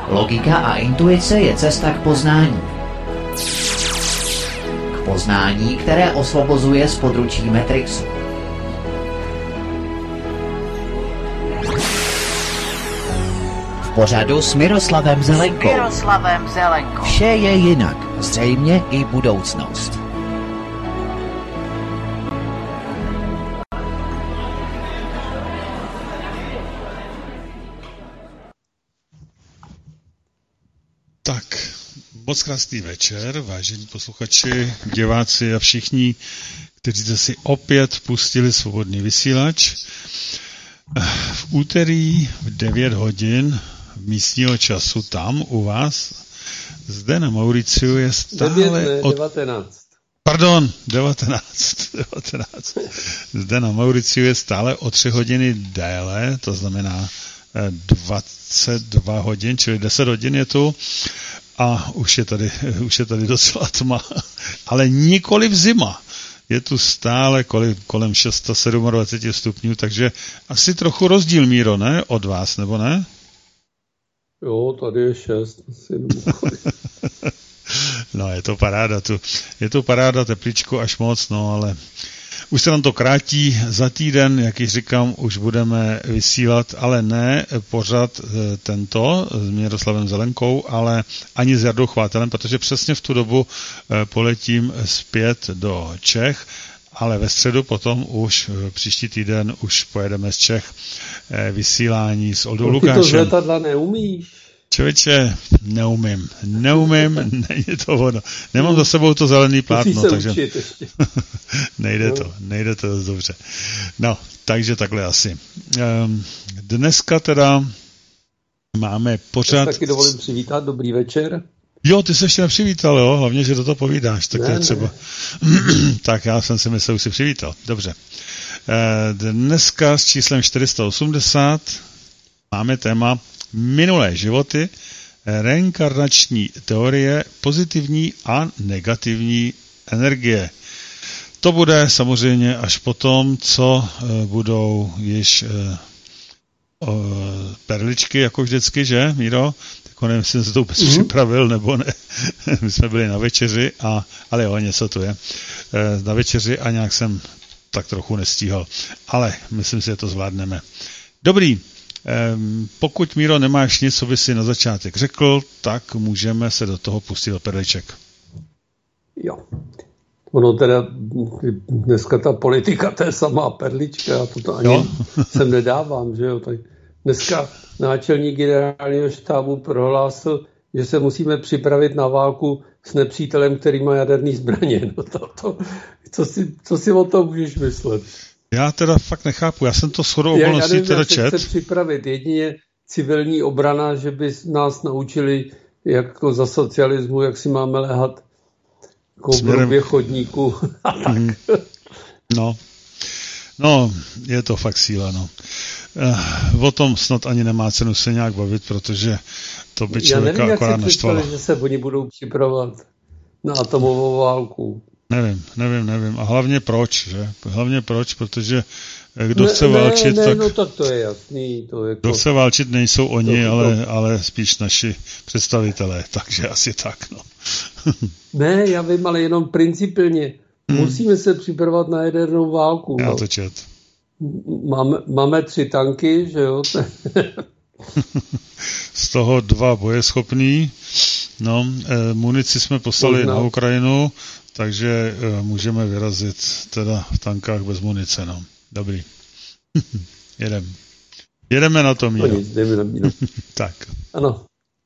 Logika a intuice je cesta k poznání. K poznání, které osvobozuje z područí Matrixu. V pořadu s Miroslavem Zelenkou. Vše je jinak, zřejmě i budoucnost. Tak, moc krásný večer, vážení posluchači, diváci a všichni, kteří jste si opět pustili svobodný vysílač. V úterý v 9 hodin místního času tam u vás, zde na Mauriciu je stále... 19. Pardon, 19. Zde na Mauriciu je stále o 3 hodiny déle, to znamená 22 hodin, čili 10 hodin je tu a už je tady docela tma, ale nikoliv zima. Je tu stále kolem 627 stupňů, takže asi trochu rozdíl, Míro, ne? Od vás, nebo ne? Jo, tady je 6. No, je to paráda tu. Je to paráda, tepličko až moc, no, ale už se nám to krátí. Za týden, jak již říkám, už budeme vysílat, ale ne pořad tento s Miroslavem Zelenkou, ale ani s Jardou Chvátelem, protože přesně v tu dobu poletím zpět do Čech, ale ve středu potom už příští týden už pojedeme z Čech vysílání s Oldou Lukášem. Ty to z letadla neumíš? Člověče, neumím, není to ono. Nemám za sebou to zelený plátno, takže nejde to dost dobře. No, takže takhle asi. Dneska teda máme pořád... Já taky dovolím přivítat, dobrý večer. Jo, ty se ještě nepřivítal, jo, hlavně, že toto povídáš, tak ne, je třeba... Tak já jsem si myslel, že jsi přivítal, dobře. Dneska s číslem 480 máme téma minulé životy, reinkarnační teorie, pozitivní a negativní energie. To bude samozřejmě až potom, co budou již perličky, jako vždycky, že, Míro? Tak nevím, jestli jsem se to úplně připravil, nebo ne. My jsme byli na večeři, ale jo, něco tu je. Na večeři a nějak jsem tak trochu nestíhal. Ale myslím si, že to zvládneme. Dobrý. Pokud, Míro, nemáš nic, co by si na začátek řekl, tak můžeme se do toho pustit do perliček. Jo. Ono teda dneska ta politika, to je samá perlička, já to ani sem nedávám, že jo. Tak dneska náčelník generálního štábu prohlásil, že se musíme připravit na válku s nepřítelem, který má jaderný zbraně. No co si o tom můžeš myslet? Já teda fakt nechápu, já jsem to shodou okolností teda čet. Já chci připravit jedině civilní obrana, že by nás naučili jako za socialismu, jak si máme lehat jako v hrubě chodníku a tak. No, je to fakt síla, no. O tom snad ani nemá cenu se nějak bavit, protože to by člověka akorát naštvalo. Já nevím, že se oni budou připravovat na atomovou válku. Nevím. A hlavně proč, že? Hlavně proč, protože kdo chce válčit, tak... No tak to je jasný. Kdo chce válčit, nejsou oni, ale spíš naši představitelé, takže asi tak, no. Ne, já vím, ale jenom principiálně. Musíme se připravovat na jadernou válku. Já to čet. Máme 3 tanky, že jo? Z toho 2 bojeschopný. No, munici jsme poslali na Ukrajinu, takže můžeme vyrazit teda v tankách bez munice, no. Dobrý. Jedeme na to, Míro. Tak. Ano.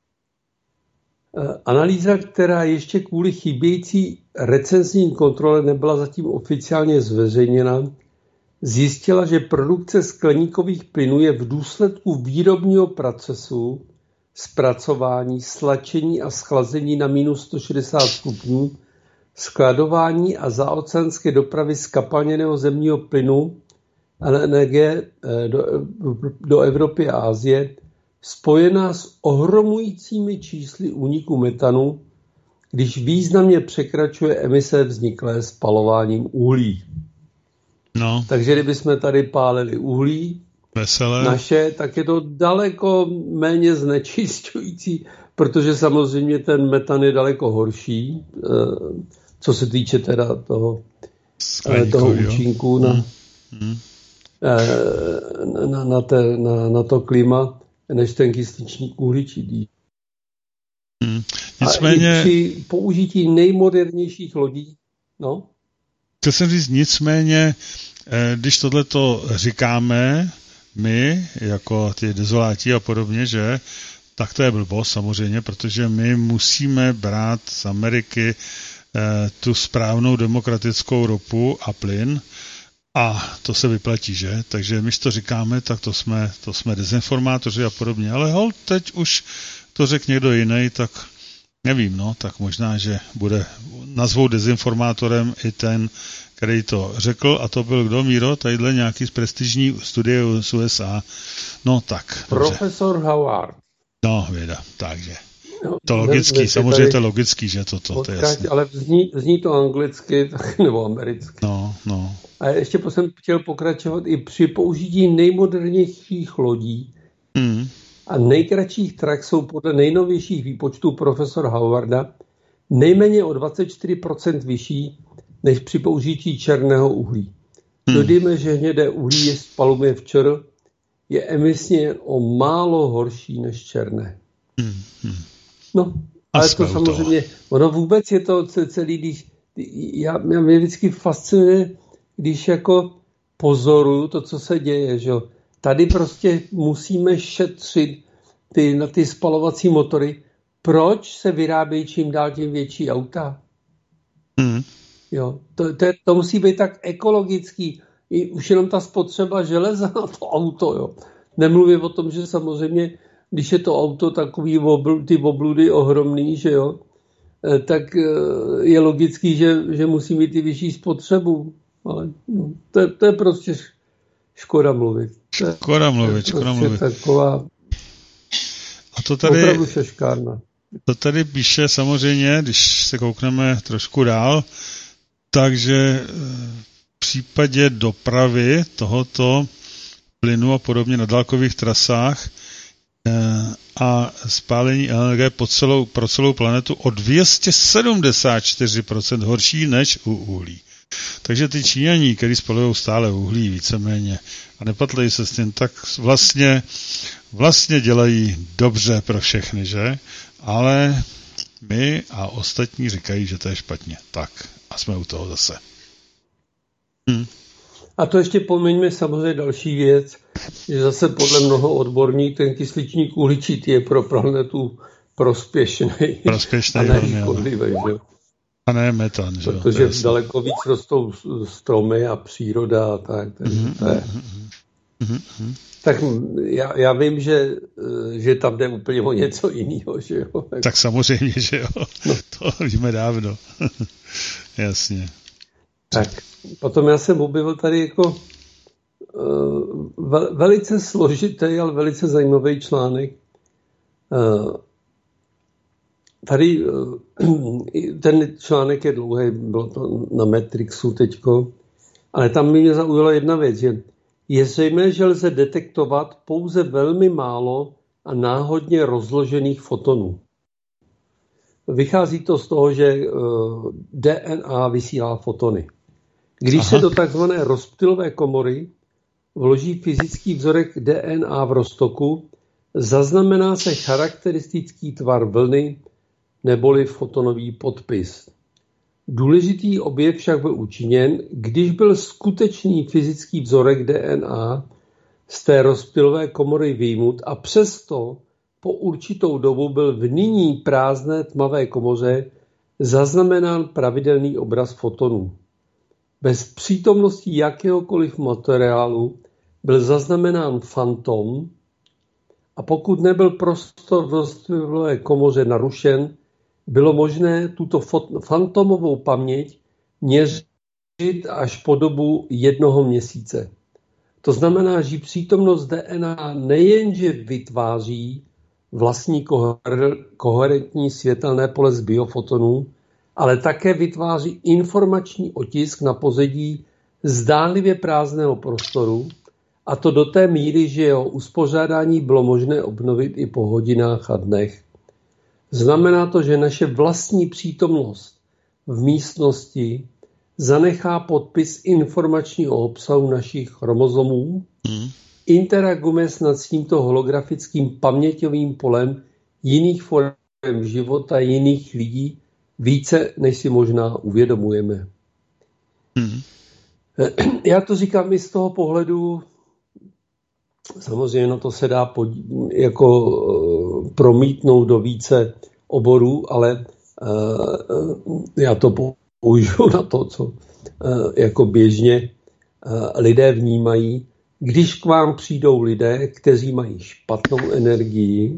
Analýza, která ještě kvůli chybějící recenzní kontrole nebyla zatím oficiálně zveřejněna, zjistila, že produkce skleníkových plynů je v důsledku výrobního procesu zpracování, slačení a schlazení na minus 160 stupňů, skladování a zaoceánské dopravy zkapalněného zemního plynu LNG do Evropy a Asie, spojená s ohromujícími čísly úniku metanu, když významně překračuje emise vzniklé spalováním uhlí. No. Takže kdybychom tady pálili uhlí, veselé naše, tak je to daleko méně znečišťující, protože samozřejmě ten metan je daleko horší, co se týče teda toho účinku na to klima, než ten kysličník uhličitý. Nicméně, a i při použití nejmodernějších lodí, chtěl jsem říct, nicméně, když tohleto říkáme my, jako ty dezoláti a podobně, že, tak to je blbost samozřejmě, protože my musíme brát z Ameriky tu správnou demokratickou ropu a plyn a to se vyplatí, že? Takže my to říkáme, tak to jsme dezinformátoři a podobně, ale teď už to řekl někdo jiný, tak nevím, tak možná, že nazvou dezinformátorem i ten, který to řekl, a to byl kdo, Míro? Tadyhle nějaký z prestižní studie z USA. Tak. Profesor dobře. Howard. Věda, takže. To logický, samozřejmě to je logický, že to je jasný. Ale zní to anglicky, nebo americky. No. A ještě jsem chtěl pokračovat i při použití nejmodernějších lodí a nejkratších trak jsou podle nejnovějších výpočtů profesora Howarda nejméně o 24% vyšší než při použití černého uhlí. Dodejme, že hnědé uhlí je z palubě včer, je emisně o málo horší než černé. Ale to samozřejmě, ono vůbec je to celý, když mě vždycky fascinuje, když jako pozoruju to, co se děje, že tady prostě musíme šetřit na ty spalovací motory. Proč se vyrábějí čím dál tím větší auta? To musí být tak ekologický. I už jenom ta spotřeba železa na to auto. Nemluvím o tom, že samozřejmě, když je to auto takový ty obludy ohromný, že jo, tak je logický, že musí mít i vyšší spotřebu. Ale to je prostě škoda mluvit. Škoda mluvit. Taková a to tady, opravdu šeškárna. To tady píše samozřejmě, když se koukneme trošku dál, takže v případě dopravy tohoto plynu a podobně na dálkových trasách a spálení LNG pro celou planetu o 274% horší než u uhlí. Takže ty Číňaní, kteří spalují stále uhlí víceméně a nepatlají se s tím, tak vlastně dělají dobře pro všechny, že? Ale my a ostatní říkají, že to je špatně. Tak a jsme u toho zase. A to ještě pomeňme samozřejmě další věc, že zase podle mnoho odborníků ten kysličník uhličitý je pro planetu prospěšný a ne škodlivý. A ne metan, že? Protože daleko víc rostou stromy a příroda a tak. Tak já vím, že tam jde úplně o něco jiného, že jo? Tak samozřejmě, že jo. To víme dávno. Jasně. Tak, potom já jsem objevil tady jako velice složitý, ale velice zajímavý článek. Tady ten článek je dlouhý, bylo to na Matrixu teďko, ale tam mě zaujala jedna věc, že je zřejmé, že lze detektovat pouze velmi málo a náhodně rozložených fotonů. Vychází to z toho, že DNA vysílá fotony. Když se do takzvané rozptylové komory vloží fyzický vzorek DNA v roztoku, zaznamená se charakteristický tvar vlny neboli fotonový podpis. Důležitý objev však byl učiněn, když byl skutečný fyzický vzorek DNA z té rozptylové komory vyjmut a přesto po určitou dobu byl v nyní prázdné tmavé komoře zaznamenán pravidelný obraz fotonů. Bez přítomnosti jakéhokoliv materiálu byl zaznamenán fantom a pokud nebyl prostor v rozptylové komoře narušen, bylo možné tuto fantomovou paměť měřit až po dobu 1 měsíce. To znamená, že přítomnost DNA nejenže vytváří vlastní koherentní světelné pole z biofotonů, ale také vytváří informační otisk na pozadí zdánlivě prázdného prostoru A to do té míry, že jeho uspořádání bylo možné obnovit i po hodinách a dnech. Znamená to, že naše vlastní přítomnost v místnosti zanechá podpis informačního obsahu našich chromozomů. Interagujeme snad s tímto holografickým paměťovým polem jiných forem života, jiných lidí, více, než si možná uvědomujeme. Já to říkám i z toho pohledu, samozřejmě to se dá promítnout do více oborů, ale já to použiju na to, co jako běžně lidé vnímají. Když k vám přijdou lidé, kteří mají špatnou energii,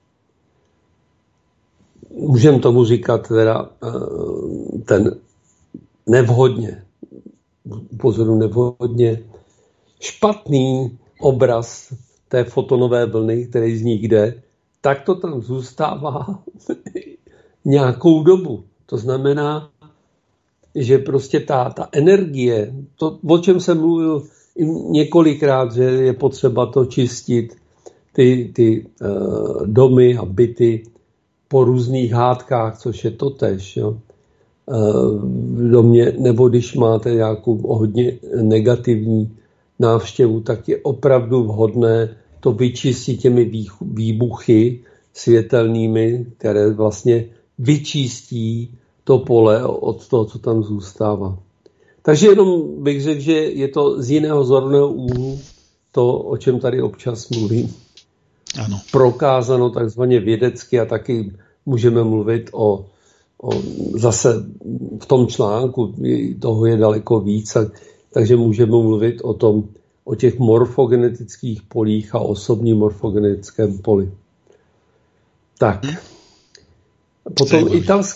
můžeme tomu říkat teda ten nevhodně, upozoru nevhodně, špatný obraz té fotonové vlny, který z ní jde, tak to tam zůstává nějakou dobu. To znamená, že prostě ta energie, to, o čem jsem mluvil několikrát, že je potřeba to čistit, ty domy a byty po různých hádkách, což je totéž, jo. V domě, nebo když máte nějakou hodně negativní návštěvu, tak je opravdu vhodné to vyčistit těmi výbuchy světelnými, které vlastně vyčistí to pole od toho, co tam zůstává. Takže jenom bych řekl, že je to z jiného zorného úhlu to, o čem tady občas mluvím. Ano. Prokázáno takzvaně vědecky a taky můžeme mluvit o zase v tom článku, toho je daleko víc, takže můžeme mluvit o těch morfogenetických polích a osobním morfogenetickém poli. Tak. Potom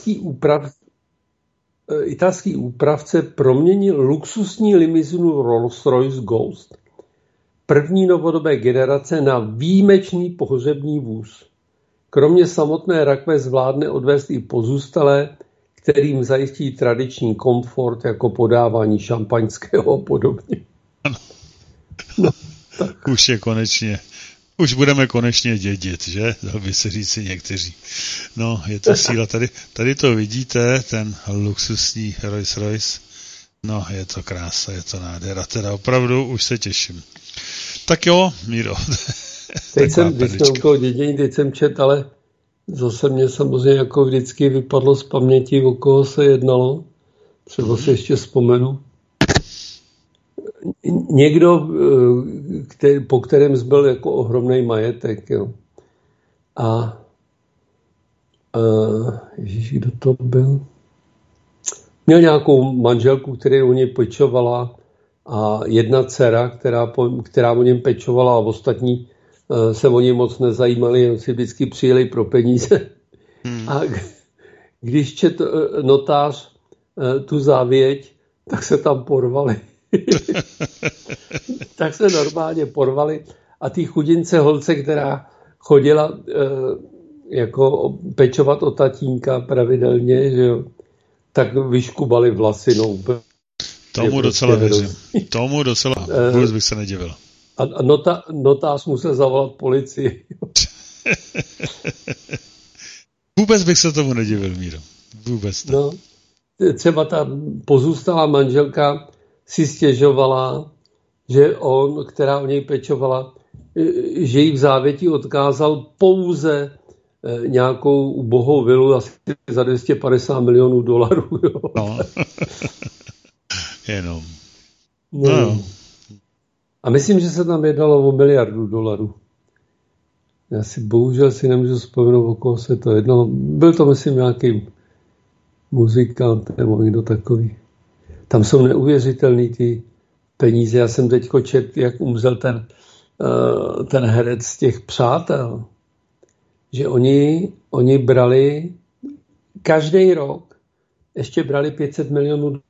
italský úpravce proměnil luxusní limuzinu Rolls-Royce Ghost, první novodobé generace, na výjimečný pohřební vůz. Kromě samotné rakve zvládne odvést i pozůstalé, kterým zajistí tradiční komfort, jako podávání šampaňského a podobně. No, tak. Už budeme konečně dědit, že? Dal by se říci někteří. No, je to síla. Tady to vidíte, ten luxusní Rolls-Royce. No, je to krása, je to nádhera. Teda opravdu už se těším. Tak jo, Míro. Teď jsem dědění, teď jsem čet, ale zase mě samozřejmě jako vždycky vypadlo z paměti, o koho se jednalo. Třeba si ještě vzpomenu. Někdo, po kterém zbyl jako ohromný majetek. Jo. A ježíš, kdo to byl? Měl nějakou manželku, která o něj pečovala, a jedna dcera, která o něm pečovala, a ostatní se o něj moc nezajímali, si vždycky přijeli pro peníze. A když čet notář tu závěť, tak se tam porvali. Tak se normálně porvali a ty chudince holce, která chodila jako pečovat o tatínka pravidelně, že jo, tak vyškubali vlasy. No, tomu docela věřím. Tomu docela, vůbec bych se nedivil. A notář musel zavolat policii. Vůbec bych se tomu nedivil, Míro. Vůbec ne. No, třeba ta pozůstalá manželka si stěžovala, že která o něj pečovala, že jí v závěti odkázal pouze nějakou ubohou vilu asi za $250 milionů. Jo. No. Jenom. No. A myslím, že se tam jednalo o $1 miliardu. Já si bohužel nemůžu vzpomenout, o koho se to jednalo. Byl to, myslím, nějaký muzikant nebo někdo takový. Tam jsou neuvěřitelný ty peníze. Já jsem teďko četl, jak umřel ten herec z těch Přátel. Že oni brali každý rok ještě brali $500 milionů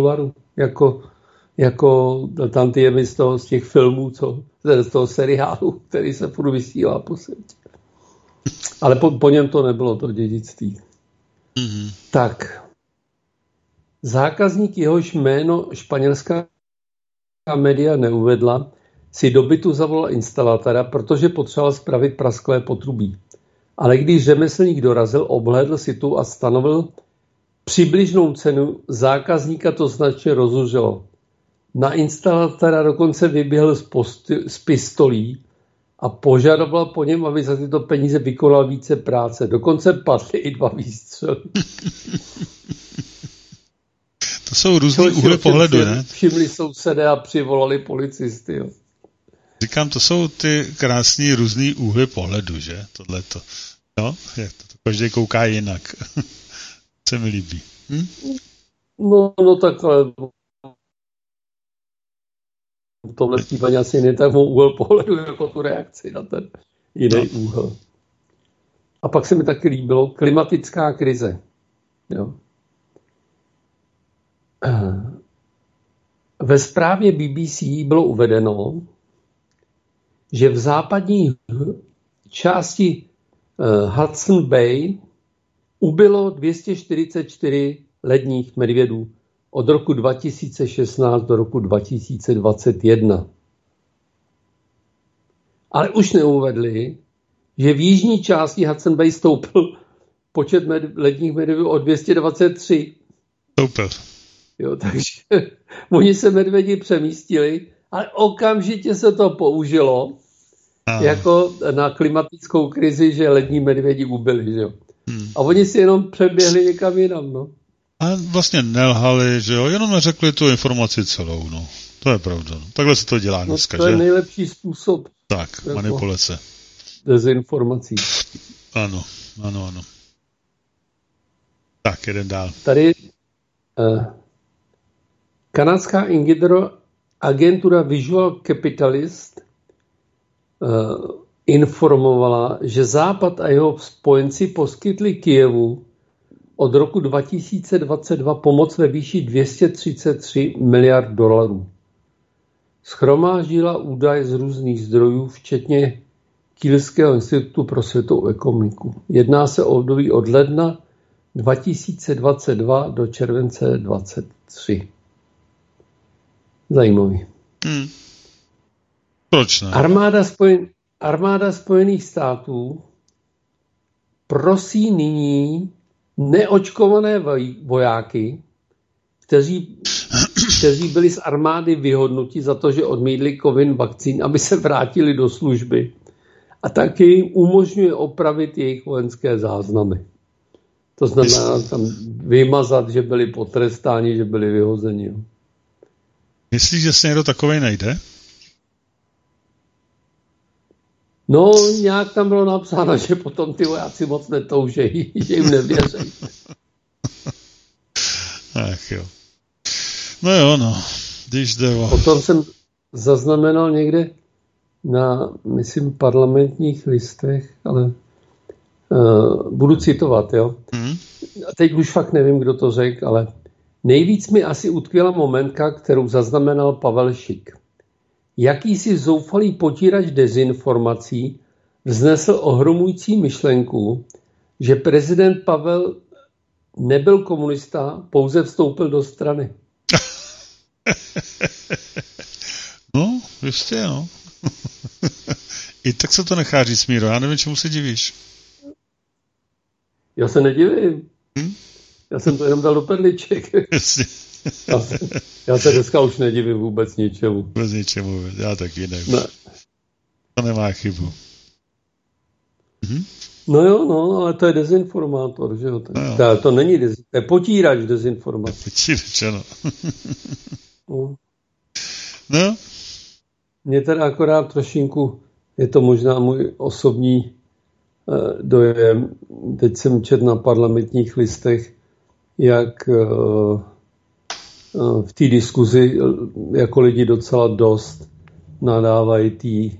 jako tam ty jemy z těch filmů, z toho seriálu, který se furt vysílá po světě. Ale po něm to nebylo, to dědictví. Mm-hmm. Tak. Zákazník, jehož jméno španělská média neuvedla, si do bytu zavolal instalatéra, protože potřeboval spravit prasklé potrubí. Ale když řemeslník dorazil, obhlédl si tu a stanovil přibližnou cenu, zákazníka to značně rozuřilo. Na instalatéra dokonce vyběhl z pistolí a požadoval po něm, aby za tyto peníze vykonal více práce. Dokonce padly i 2 výstřely. To jsou různý úhly pohledu, ne? Všimli sousedé a přivolali policisty. Jo. Říkám, to jsou ty krásný různý úhly pohledu, že? Tohleto. No, jak to každý kouká jinak. Se mi líbí. No takhle. Tohle případně asi ne tak úhel pohledu, jako tu reakci na ten jiný úhel. A pak se mi taky líbilo klimatická krize. Jo. Ve zprávě BBC bylo uvedeno, že v západní části Hudson Bay ubylo 244 ledních medvědů od roku 2016 do roku 2021. Ale už neuvedli, že v jižní části Hudson Bay stoupl počet ledních medvědů o 223. Stoupl. Jo, takže oni se medvědi přemístili, ale okamžitě se to použilo jako na klimatickou krizi, že lední medvědi ubyli. Že jo. A oni si jenom přeběhli někam jinam. No. A vlastně nelhali, že jo, jenom neřekli tu informaci celou. No. To je pravda. No. Takhle se to dělá dneska, to je že? nejlepší způsob. Tak, jako manipulace. Dezinformací. Ano. Tak, jeden dál. Tady kanadská agentura Visual Capitalist informovala, že Západ a jeho spojenci poskytli Kyjevu od roku 2022 pomoc ve výši 233 miliard dolarů. Shromáždila údaj z různých zdrojů, včetně Kielského institutu pro světovou ekonomiku. Jedná se o období od ledna 2022 do července 2023. Zajímavý. Proč ne? Armáda Spojených států prosí nyní neočkované vojáky, kteří byli z armády vyhodnuti za to, že odmítli COVID vakcín, aby se vrátili do služby. A taky jim umožňuje opravit jejich vojenské záznamy. To znamená tam vymazat, že byli potrestáni, že byli vyhozeni. Myslíš, že se někdo takovej najde? No, nějak tam bylo napsáno, že potom ty vojáci moc netoužejí, že jim nevěří. Ach jo. No jo, no. Když jde o... Potom jsem zaznamenal někde na, myslím, parlamentních listech, ale budu citovat, jo. A teď už fakt nevím, kdo to řekl, ale nejvíc mi asi utkvěla momentka, kterou zaznamenal Pavel Šik. Jakýsi zoufalý potírač dezinformací vznesl ohromující myšlenku, že prezident Pavel nebyl komunista, pouze vstoupil do strany. No, ještě no. I tak se to nechá říct, Míro, já nevím, čemu se divíš. Já se nedivím. Já jsem to jenom dal do perliček. Jasně. Já se dneska už nedivím vůbec ničemu. Vůbec ničemu, já taky nevím. Ne. To nemá chybu. No jo, no, ale to je dezinformátor, že jo? To není to je potírač dezinformace. Potírač, ano. No. Mně teda akorát trošinku, je to možná můj osobní dojem. Teď jsem četl na parlamentních listech, jak v té diskuzi jako lidi docela dost nadávají té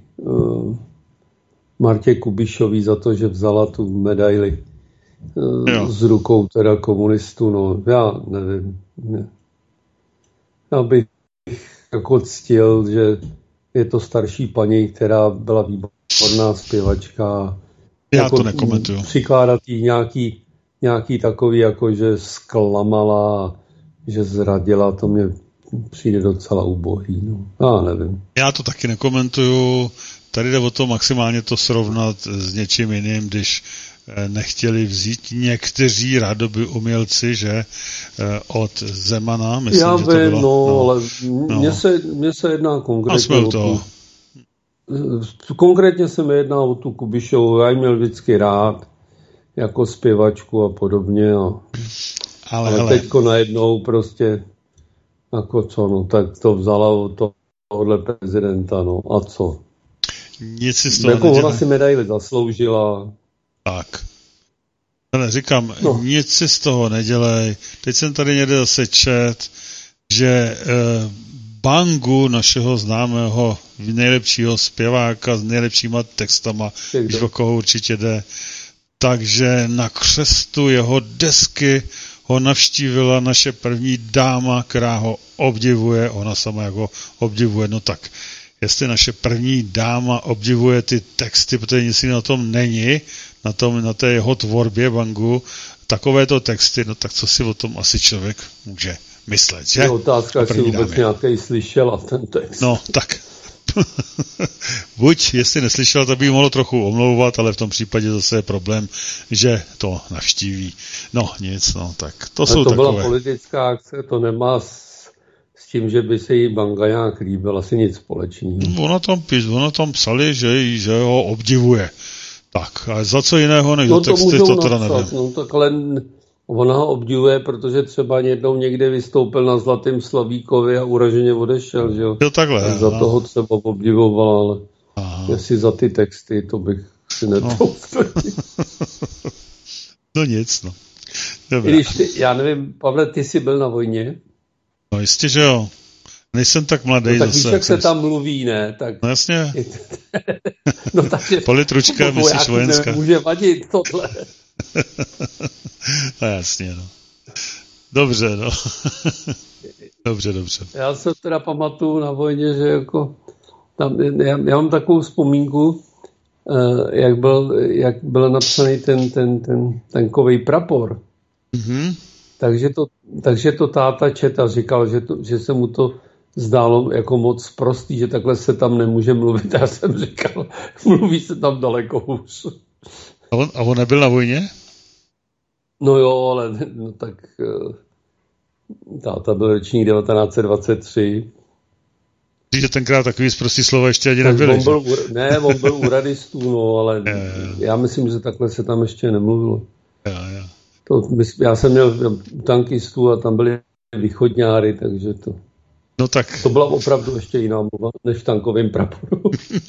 Martě Kubišový za to, že vzala tu medaili z rukou teda komunistů. No, já nevím. Já bych jako ctil, že je to starší paní, která byla výborná zpěvačka. Já jako to nekomentuju. Přikládat jí nějaký takový, jako že zklamala, že zradila, to mě přijde docela ubohý. No. Já nevím. Já to taky nekomentuju. Tady jde o to maximálně to srovnat s něčím jiným, když nechtěli vzít někteří rádoby umělci, že od Zemana, myslím, já že to bylo. No, ale mně se jedná konkrétně o tu. Konkrétně se mi jedná o tu Kubišovou. Já ji měl vždycky rád, jako zpěvačku a podobně. Ale teďko najednou prostě, jako co, no, tak to vzala od tohohle prezidenta, no, a co? Nic si z toho jako ona si medaili zasloužila. Tak. Říkám, nic si z toho nedělej. Teď jsem tady někde zase čet, že Bangu, našeho známého nejlepšího zpěváka s nejlepšíma textama, když o koho určitě jde, takže na křestu jeho desky ho navštívila naše první dáma, která ho obdivuje, ona sama jako obdivuje, no tak jestli naše první dáma obdivuje ty texty, protože nic na tom není, na té jeho tvorbě Bangu, takovéto texty, no tak co si o tom asi člověk může myslet, že? Je otázka, jestli vůbec nějaký slyšela ten text. No, tak. Buď, jestli neslyšela, tak by jí mohlo trochu omlouvat, ale v tom případě zase je problém, že to navštíví. No, nic, no, tak to jsou takové. To byla politická akce, to nemá s tím, že by se jí Banga nějak líbil, asi nic společného. Ono tam psali, že ho obdivuje. Tak, a za co jiného než za texty, to teda nevím. No, tak ale ona ho obdivuje, protože třeba jednou někde vystoupil na Zlatém Slavíkovi a uraženě odešel, že jo? Takhle. Za toho třeba obdivoval, ale jestli za ty texty, to bych si netroufl. No nic, no. Dobrá. Já nevím, Pavle, ty jsi byl na vojně? No jistě, že jo. Nejsem tak mladý tak zase. Víš, jak se tam mluví, ne? Tak... No jasně. No takže... Politručka, myslíš vojenská. Může vadit tohle. No jasně, no. Dobře, no. Dobře. Já se teda pamatuju na vojně, že jako... Já mám takovou vzpomínku, jak byl napsaný ten tankový prapor. Mhm. Takže to táta čet a říkal, že se mu to zdálo jako moc prostý, že takhle se tam nemůže mluvit. Já jsem říkal, mluví se tam daleko hůř. A on nebyl na vojně? No jo, ale no tak táta byl ročník 1923. Že tenkrát takový zprostý slova ještě ani nebyly. On byl u radistů, no, ale já myslím, že takhle se tam ještě nemluvilo. Jo. Já jsem měl tankistů a tam byli východňáry, takže to... No tak. To byla opravdu ještě jiná mluva, než v tankovém praporu.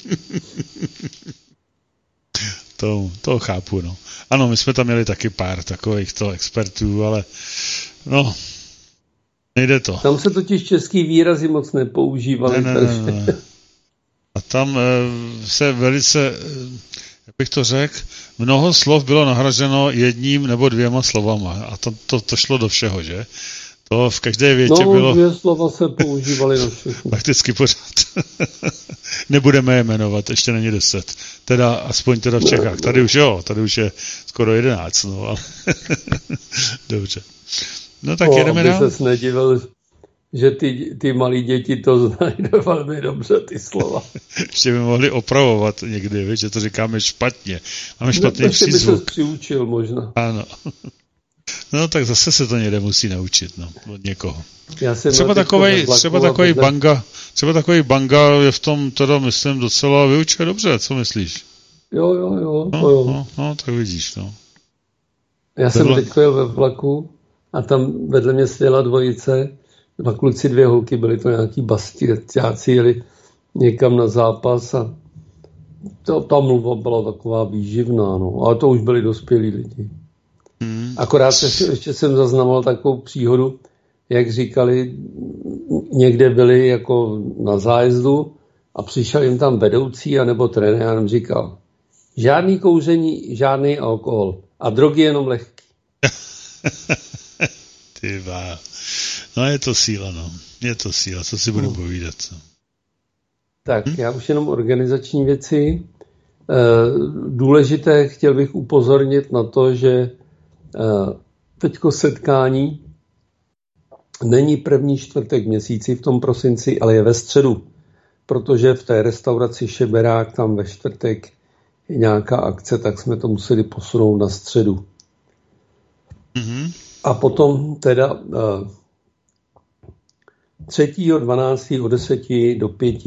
To chápu, no. Ano, my jsme tam měli taky pár takovýchto expertů, ale no, nejde to. Tam se totiž český výrazy moc nepoužívaly. Ne. A tam se velice, jak bych to řekl, mnoho slov bylo nahraženo jedním nebo dvěma slovama. A to šlo do všeho, že? To v každé větě bylo... 2 slova se používaly na všechno. Prakticky pořád. Nebudeme je jmenovat, ještě není 10. Teda, aspoň teda v Čechách. Tady už je skoro 11, no ale... Dobře. No tak jedeme dál. Aby ses nedivil, že ty malí děti to znají velmi dobře, ty slova. Ještě by mohli opravovat někdy, víš, že to říkáme špatně. Máme špatný přízvuk. By se přiučil možná. Ano. No tak zase se to někde musí naučit, no, od někoho. Třeba takový Banga je v tom teda, myslím, docela vyučuje dobře, co myslíš? Jo. No, tak vidíš, no. Já jsem teď jel ve vlaku a tam vedle mě seděla dvojice, 2 kluci, 2 holky, byli to nějaký bastějáci, jeli někam na zápas a ta mluva byla taková výživná, no, ale to už byli dospělí lidi. Akorát ještě jsem zaznamenal takovou příhodu, jak říkali, někde byli jako na zájezdu a přišel jim tam vedoucí anebo trenér a nám říkal, žádný kouření, žádný alkohol a drogy jenom lehký. Ty vá. No je to síla, no. Je to síla, co si budu povídat. No. Tak, já už jenom organizační věci. Důležité, chtěl bych upozornit na to, že teďko setkání není první čtvrtek měsíci v tom prosinci, ale je ve středu, protože v té restauraci Šeberák tam ve čtvrtek je nějaká akce, tak jsme to museli posunout na středu. Mm-hmm. A potom teda 3.12. od 10 do 5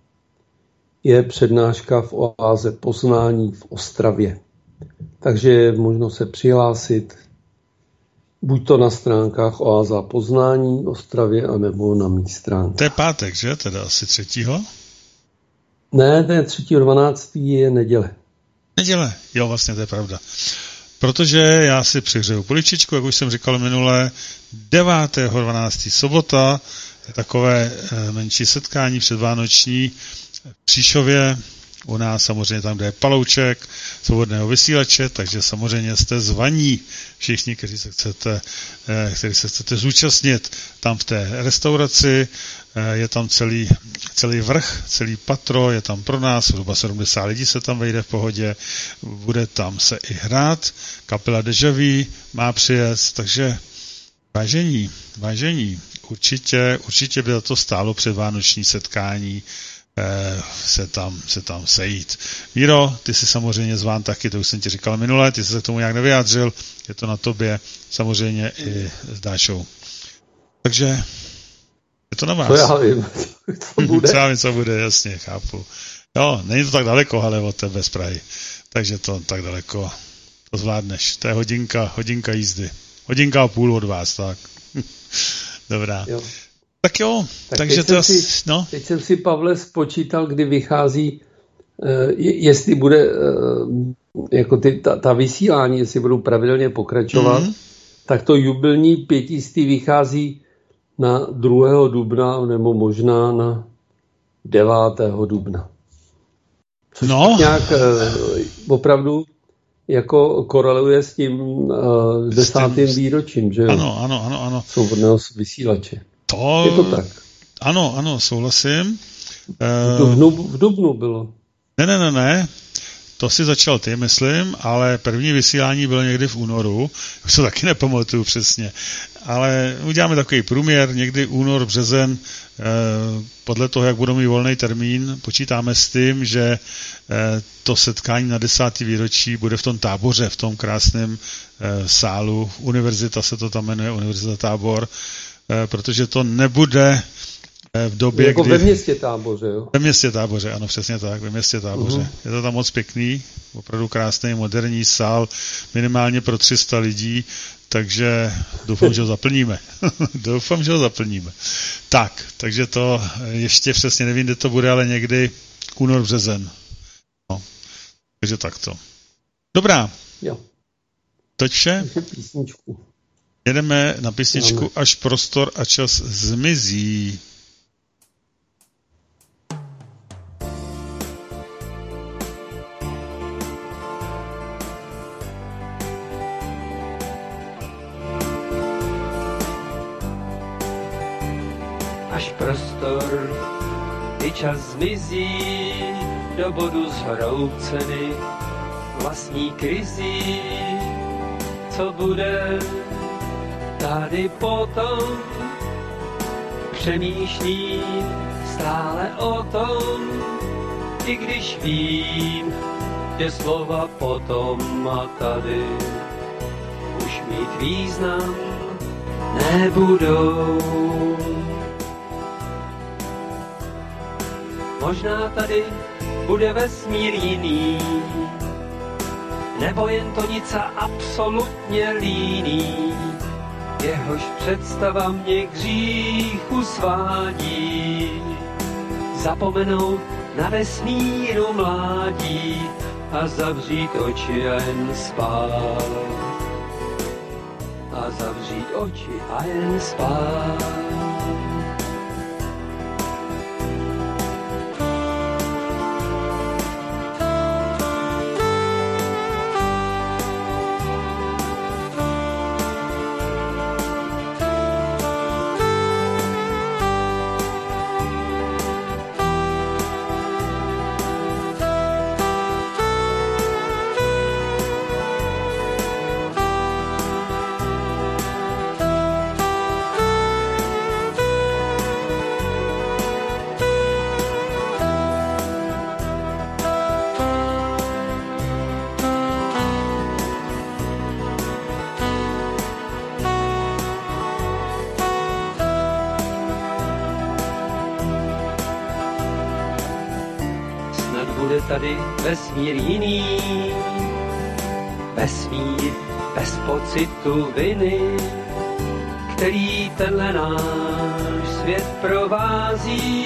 je přednáška v oáze Poznání v Ostravě. Takže je možno se přihlásit buď to na stránkách Oáza Poznání v Ostravě, anebo na mých stránkách. To je pátek, že? Teda asi 3. Ne, ten 3.12. je neděle. Neděle, jo, vlastně to je pravda. Protože já si přihřeju poličičku, jak už jsem říkal minule, 9.12. sobota, je takové menší setkání předvánoční v Příšově, u nás samozřejmě tam, kde je palouček svobodného vysílače, takže samozřejmě jste zvaní všichni, kteří se chcete zúčastnit tam v té restauraci. Je tam celý vrch, celý patro, je tam pro nás, zhruba 70 lidí se tam vejde v pohodě, bude tam se i hrát, kapela Déjà Vu má přijet, takže vážení, určitě by to stálo předvánoční setkání se tam sejít. Míro, ty jsi samozřejmě zván taky, to už jsem ti říkal minule, ty jsi se k tomu nějak nevyjádřil, je to na tobě, samozřejmě i s Dášou. Takže je to na vás. To já vím, co bude. Já vím, co bude, jasně, chápu. Jo, není to tak daleko, ale od tebe z Prahy, takže to tak daleko to zvládneš. To je hodinka jízdy. 1,5 hodiny od vás, tak. Dobrá. Jo. Tak jo, takže to no. Teď jsem si, Pavle, spočítal, kdy vychází, jestli bude jako ta vysílání, jestli budou pravidelně pokračovat, tak to jubilní 500. vychází na 2. dubna, nebo možná na 9. dubna. Což nějak opravdu jako koreluje s tím 10. výročím, že jo? Ano. Svobodného vysílače. To... Je to tak. Ano, souhlasím. V dubnu bylo. Ne. To si začal ty, myslím, ale první vysílání bylo někdy v únoru. Už to taky nepamatuju přesně. Ale uděláme takový průměr, někdy únor, březen, podle toho, jak budou mít volný termín, počítáme s tím, že to setkání na 10. výročí bude v tom Táboře, v tom krásném sálu. Univerzita se to tam jmenuje, Univerzita Tábor, protože to nebude v době, jako kdy... ve městě Táboře, jo? Ve městě Táboře, ano, přesně tak, ve městě Táboře. Je to tam moc pěkný, opravdu krásný, moderní sál, minimálně pro 300 lidí, takže doufám, že ho zaplníme. Tak, takže to ještě přesně nevím, kde to bude, ale někdy únor, březen. No, takže takto. Dobrá. Jo. Teď vše? Písničku. Jedeme na písničku, až prostor a čas zmizí. Až prostor i čas zmizí do bodu zhrouceny vlastní krizí, co bude tady potom, přemýšlím stále o tom, i když vím, že slova potom a tady už mít význam nebudou. Možná tady bude vesmír jiný, nebo jen to nic a absolutně líný, jehož představa mě k hříchu svádí. Zapomenout na vesmíru mládí a zavřít oči a jen spát. A zavřít oči a jen spát. tady vesmír jiný, vesmír bez pocitu viny, který tenhle náš svět provází,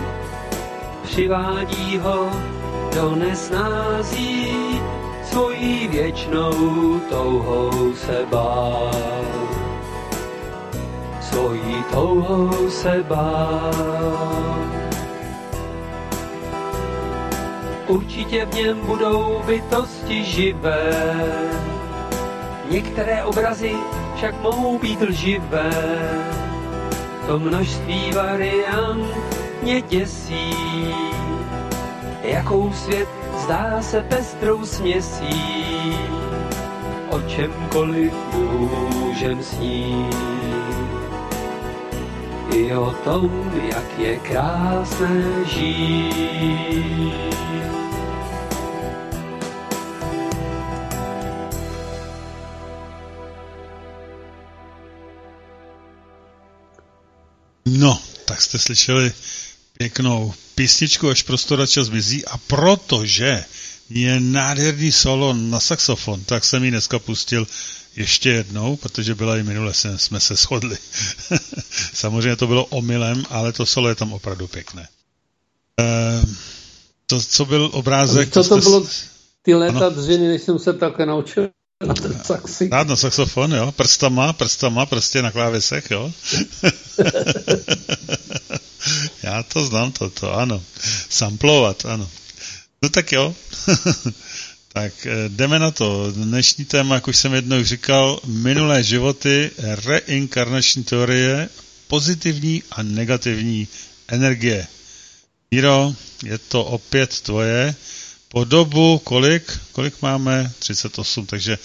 přivádí ho do nesnází, svojí věčnou touhou se bál. Svojí touhou se bál. Určitě v něm budou bytosti živé, některé obrazy však mohou být lživé. To množství variant mě děsí, jakou svět zdá se pestrou směsí, o čemkoliv můžem snít. I o tom, jak je krásné žít. No, tak jste slyšeli pěknou písničku, až prostor a čas mizí, a protože je nádherný solo na saxofon, tak jsem ji dneska pustil ještě jednou, protože byla i minule, jsme se shodli. Samozřejmě to bylo omylem, ale to solo je tam opravdu pěkné. To, co byl obrázek... Co to bylo ty léta dřiny, než jsem se také naučil na ten saxi? Na saxofon, jo, prstama, prostě na klávesech, jo. Já to znám, to ano. Samplovat, ano. No tak jo. Tak jdeme na to. Dnešní téma, jak už jsem jednou říkal, minulé životy, reinkarnační teorie, pozitivní a negativní energie. Míro, je to opět tvoje. Po dobu kolik máme? 38, takže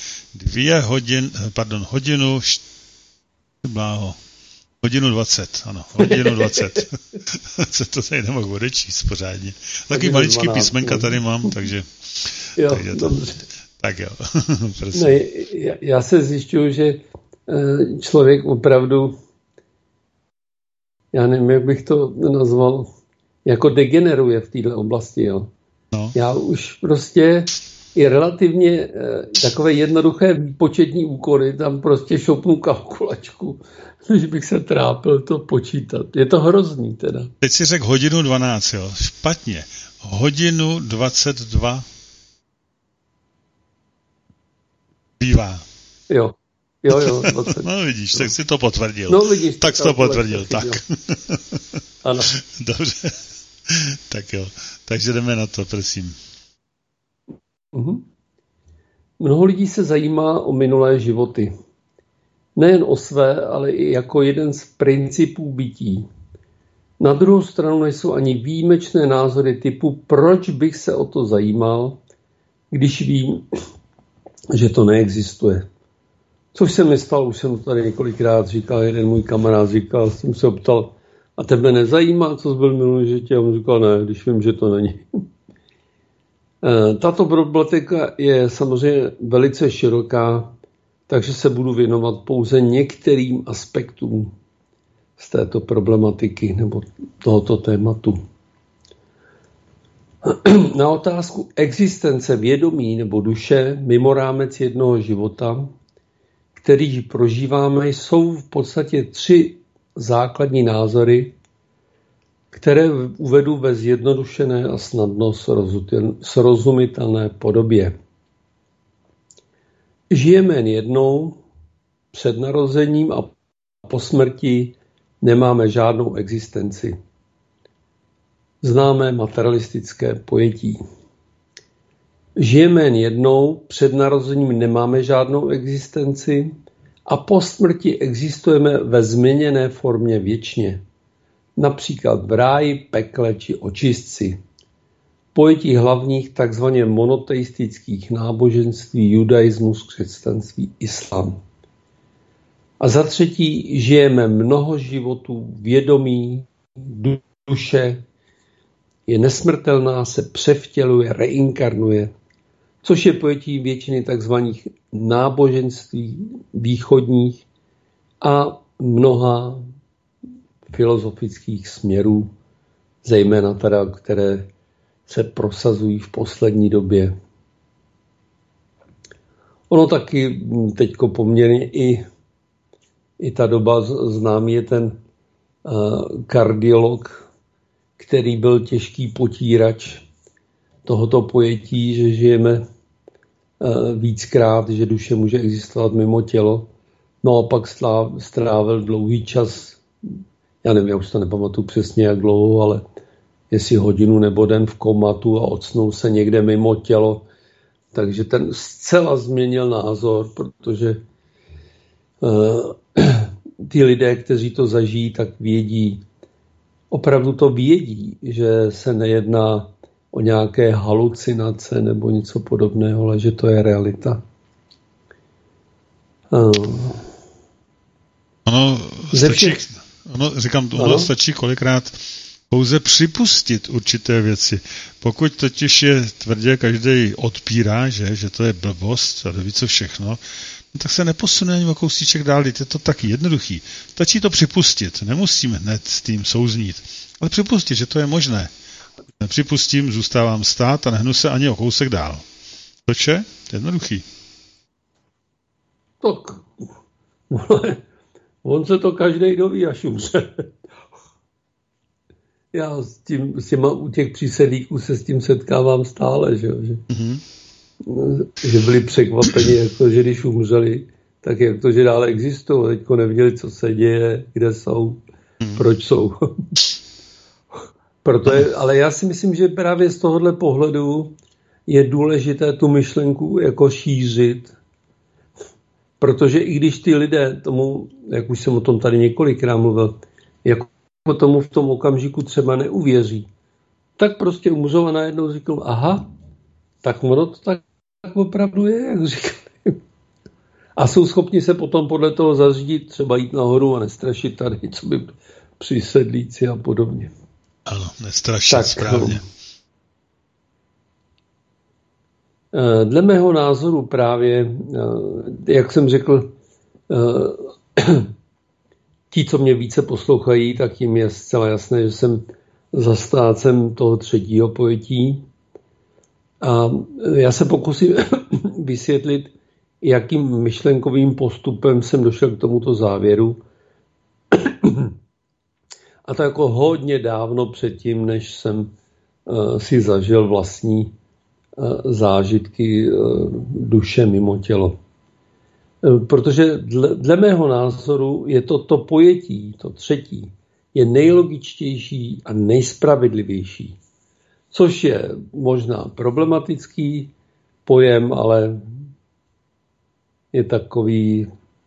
hodinu 20, ano, hodinu 20. Se to tady nemohu odečíst pořádně. Taky maličký písmenka tady mám, takže... Jo, takže to, dobře. tak jo, ne, já se zjišťuju, že člověk opravdu, já nevím, jak bych to nazval, jako degeneruje v této oblasti, jo. No. Já už prostě i relativně takové jednoduché výpočetní úkoly, tam prostě šopnu kalkulačku, než bych se trápil to počítat. Je to hrozný teda. Teď si řekl hodinu 12, jo, špatně. Hodinu 22 bývá. Jo, 20. No vidíš, tak si to potvrdil. No vidíš. Tak jsi to potvrdil, tak. Ano. Dobře. Tak jo, takže jdeme na to, prosím. Mnoho lidí se zajímá o minulé životy. Nejen o své, ale i jako jeden z principů bytí. Na druhou stranu nejsou ani výjimečné názory typu, proč bych se o to zajímal, když vím, že to neexistuje. Což se mi stalo, už jsem to tady několikrát říkal, jeden můj kamarád říkal, jsem se optal, a tebe nezajímá, co jsi byl v minulém životě? A on říkal, ne, když vím, že to není. Tato problematika je samozřejmě velice široká, takže se budu věnovat pouze některým aspektům z této problematiky nebo tohoto tématu. Na otázku existence vědomí nebo duše mimo rámec jednoho života, který prožíváme, jsou v podstatě 3 základní názory, které uvedu ve zjednodušené a snadno srozumitelné podobě. Žijeme jen jednou, před narozením a po smrti nemáme žádnou existenci. Známé materialistické pojetí. Žijeme jen jednou, před narozením nemáme žádnou existenci a po smrti existujeme ve změněné formě věčně. Například v ráji, pekle či očistci. Pojetí hlavních takzvaně monoteistických náboženství judaismus, křesťanství, islám. A za třetí, žijeme mnoho životů, vědomí, duše, je nesmrtelná, se převtěluje, reinkarnuje, což je pojetí většiny takzvaných náboženství východních a mnoha filozofických směrů, zejména teda, které se prosazují v poslední době. Ono taky teďko poměrně i ta doba známý je ten kardiolog, který byl těžký potírač tohoto pojetí, že žijeme víckrát, že duše může existovat mimo tělo. No a pak strávil dlouhý čas, já nevím, já už to nepamatuju přesně jak dlouho, ale jestli hodinu nebo den v komatu a odsnul se někde mimo tělo. Takže ten zcela změnil názor, protože ty lidé, kteří to zažijí, tak vědí, opravdu to vědí, že se nejedná o nějaké halucinace nebo něco podobného, ale že to je realita. Ono stačí kolikrát pouze připustit určité věci. Pokud totiž je tvrdě každý odpírá, že to je blbost a neví co všechno, no tak se neposune ani o kousíček dál, je to taky jednoduchý. Stačí to připustit, nemusíme hned s tím souznít, ale připustit, že to je možné. Nepřipustím, zůstávám stát a nehnu se ani o kousek dál. Toč je? Jednoduchý. Tak, on se to každej doví, až umře. Já s těma u těch přísedlíků se s tím setkávám stále, že byli překvapeni, jako, že když umřeli, tak jak to, že dále existují. Teďko nevěděli, co se děje, kde jsou, proč jsou. Ale já si myslím, že právě z tohohle pohledu je důležité tu myšlenku jako šířit, protože i když ty lidé tomu, jak už jsem o tom tady několikrát mluvil, jako tomu v tom okamžiku třeba neuvěří, tak prostě umřou a najednou říkal, aha, tak ono to tak opravdu je, jak říkali. A jsou schopni se potom podle toho zařídit, třeba jít nahoru a nestrašit tady, co by přísedlíci a podobně. Ano, nestrašit tak, správně. Dle mého názoru právě, jak jsem řekl, ti, co mě více poslouchají, tak jim je zcela jasné, že jsem zastáncem toho třetího pojetí. A já se pokusím vysvětlit, jakým myšlenkovým postupem jsem došel k tomuto závěru. A to jako hodně dávno předtím, než jsem si zažil vlastní zážitky duše mimo tělo. Protože dle mého názoru je to pojetí, to třetí, je nejlogičtější a nejspravedlivější. Což je možná problematický pojem, ale je takový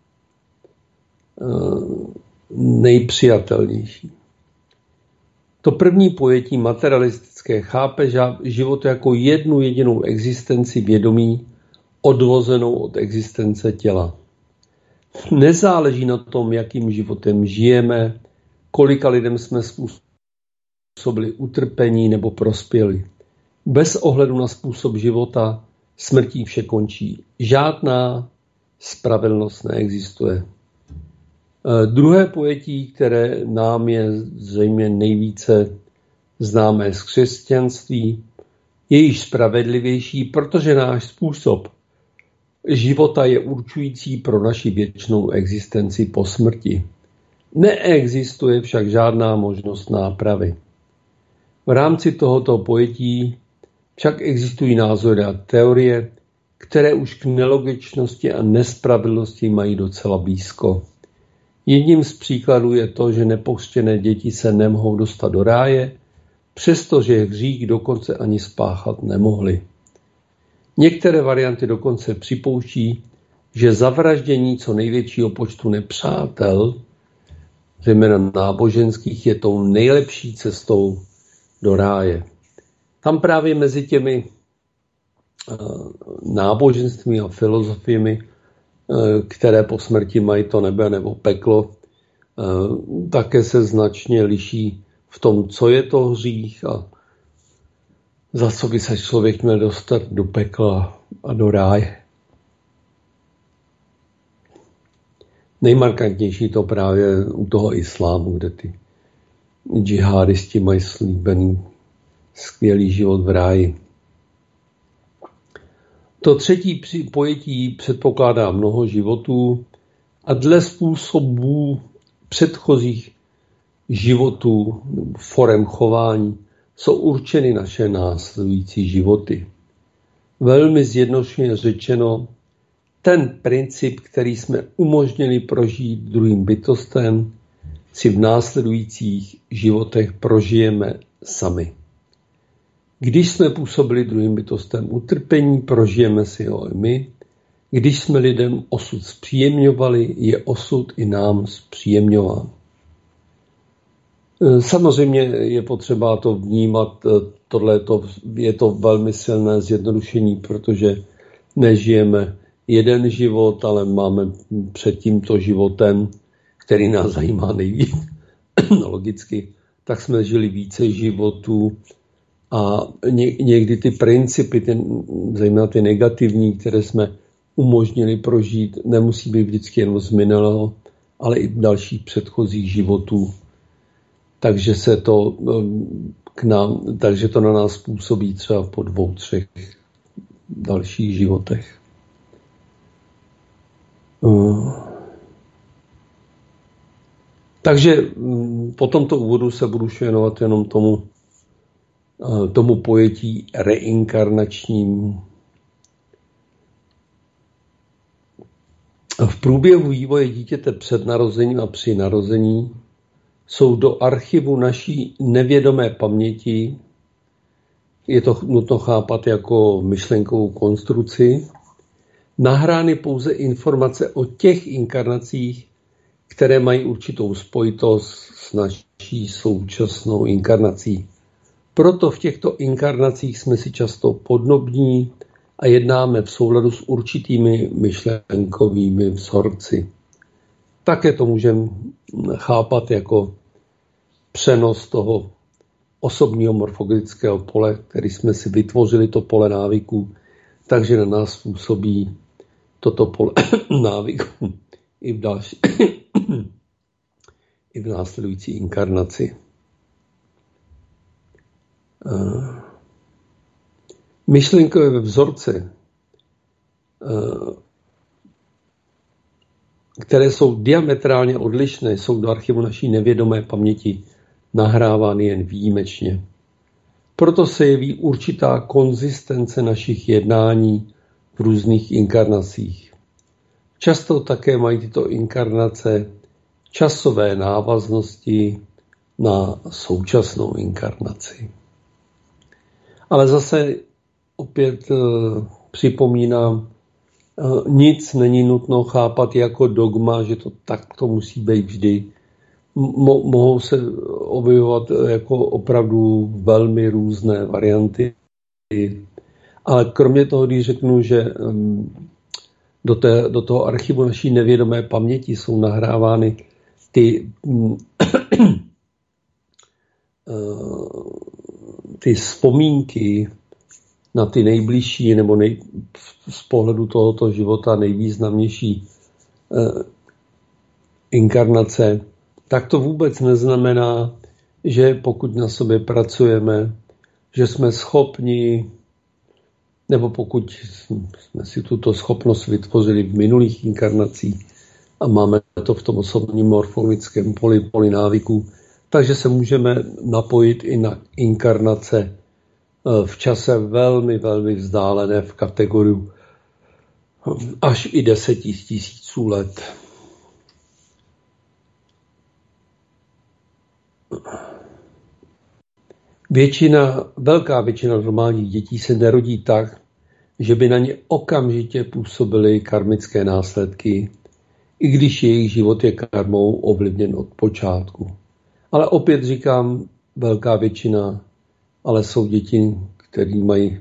nejpřijatelnější. To první pojetí materialistické chápe život jako jednu jedinou existenci vědomí, odvozenou od existence těla. Nezáleží na tom, jakým životem žijeme, kolika lidem jsme způsobili utrpení nebo prospěli. Bez ohledu na způsob života smrtí vše končí. Žádná spravedlnost neexistuje. Druhé pojetí, které nám je zřejmě nejvíce známé z křesťanství, je již spravedlivější, protože náš způsob života je určující pro naši věčnou existenci po smrti. Neexistuje však žádná možnost nápravy. V rámci tohoto pojetí však existují názory a teorie, které už k nelogičnosti a nespravedlnosti mají docela blízko. Jedním z příkladů je to, že nepokřtěné děti se nemohou dostat do ráje, přestože hřích dokonce ani spáchat nemohli. Některé varianty dokonce připouští, že zavraždění co největšího počtu nepřátel, zejména náboženských, je tou nejlepší cestou do ráje. Tam právě mezi těmi náboženstvími a filozofiemi, které po smrti mají to nebe nebo peklo, také se značně liší v tom, co je to hřích a za co by se člověk měl dostat do pekla a do ráje. Nejmarkantnější to právě u toho islámu, kde ty džihádisti mají slíbený skvělý život v ráji. To třetí pojetí předpokládá mnoho životů a dle způsobů předchozích životů, forem chování, jsou určeny naše následující životy. Velmi zjednodušeně řečeno, ten princip, který jsme umožnili prožít druhým bytostem, si v následujících životech prožijeme sami. Když jsme působili druhým bytostem utrpení, prožijeme si ho i my. Když jsme lidem osud zpříjemňovali, je osud i nám zpříjemňován. Samozřejmě je potřeba to vnímat, je to velmi silné zjednodušení, protože nežijeme jeden život, ale máme před tímto životem, který nás zajímá nejvíc, logicky, tak jsme žili více životů a někdy ty principy, zejména ty negativní, které jsme umožnili prožít, nemusí být vždycky jen z minulého, ale i dalších předchozích životů. Takže to na nás působí třeba po 2, 3 dalších životech. Takže po tomto úvodu se budu věnovat jenom tomu pojetí reinkarnačním. V průběhu vývoje dítěte před narozením a při narození jsou do archivu naší nevědomé paměti, je to nutno chápat jako myšlenkovou konstrukci, nahrány pouze informace o těch inkarnacích, které mají určitou spojitost s naší současnou inkarnací. Proto v těchto inkarnacích jsme si často podobní a jednáme v souladu s určitými myšlenkovými vzorci. Také to můžeme chápat jako přenos toho osobního morfologického pole, který jsme si vytvořili, to pole návyků, takže na nás působí toto pole návyků i v následující inkarnaci. Myšlenkové vzorce, které jsou diametrálně odlišné, jsou do archivu naší nevědomé paměti nahrávány jen výjimečně. Proto se jeví určitá konzistence našich jednání v různých inkarnacích. Často také mají tyto inkarnace časové návaznosti na současnou inkarnaci. Ale zase opět připomínám, nic není nutno chápat jako dogma, že to takto musí být vždy. Mohou se objevovat jako opravdu velmi různé varianty. Ale kromě toho, když řeknu, že do toho archivu naší nevědomé paměti jsou nahrávány ty vzpomínky na ty nejbližší nebo z pohledu tohoto života nejvýznamnější inkarnace, tak to vůbec neznamená, že pokud na sobě pracujeme, že jsme schopni, nebo pokud jsme si tuto schopnost vytvořili v minulých inkarnacích a máme to v tom osobním morfologickém poli návyků, takže se můžeme napojit i na inkarnace v čase velmi, velmi vzdálené v kategoriu až i 10 000 let. Velká většina normálních dětí se nerodí tak, že by na ně okamžitě působily karmické následky, i když jejich život je karmou ovlivněn od počátku. Ale opět říkám, velká většina, ale jsou děti, které mají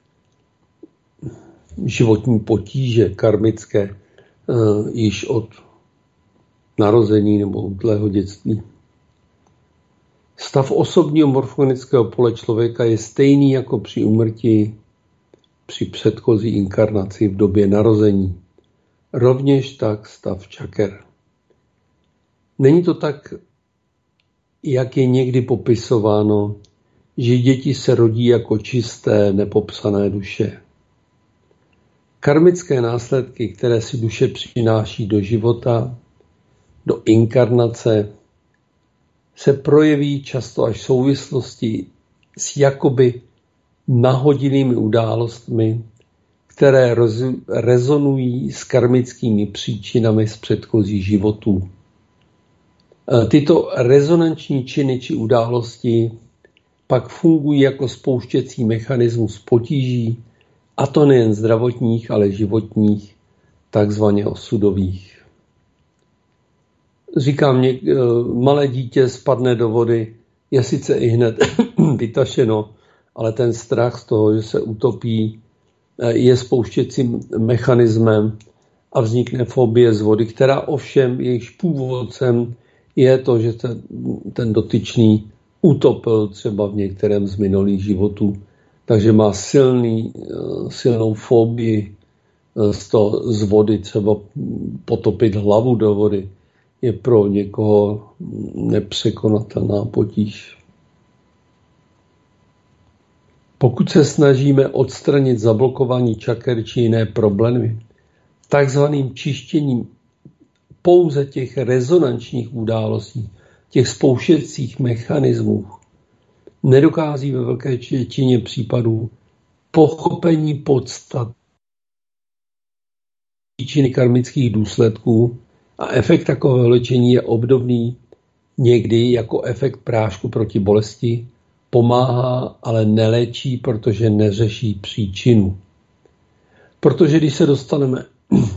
životní potíže karmické již od narození nebo útlého dětství. Stav osobního morfogenického pole člověka je stejný jako při úmrtí při předchozí inkarnaci v době narození. Rovněž tak stav čaker. Není to tak, jak je někdy popisováno, že děti se rodí jako čisté, nepopsané duše. Karmické následky, které si duše přináší do života, do inkarnace, se projeví často až v souvislosti s jakoby nahodilými událostmi, které rezonují s karmickými příčinami z předchozích životů. Tyto rezonanční činy či události pak fungují jako spouštěcí mechanismus potíží, a to nejen zdravotních, ale životních, takzvaně osudových. Říkám, malé dítě spadne do vody, je sice i hned vytašeno, ale ten strach z toho, že se utopí, je spouštěcím mechanismem a vznikne fobie z vody, která ovšem jejíž původcem je to, že ten dotyčný utopil třeba v některém z minulých životů. Takže má silnou fobii z vody, třeba potopit hlavu do vody je pro někoho nepřekonatelná potíž. Pokud se snažíme odstranit zablokování čaker či jiné problémy, takzvaným čištěním pouze těch rezonančních událostí, těch spouštěcích mechanismů, nedochází ve velké většině případů pochopení podstat příčiny karmických důsledků a efekt takového léčení je obdobný někdy jako efekt prášku proti bolesti, pomáhá, ale neléčí, protože neřeší příčinu. Protože když se dostaneme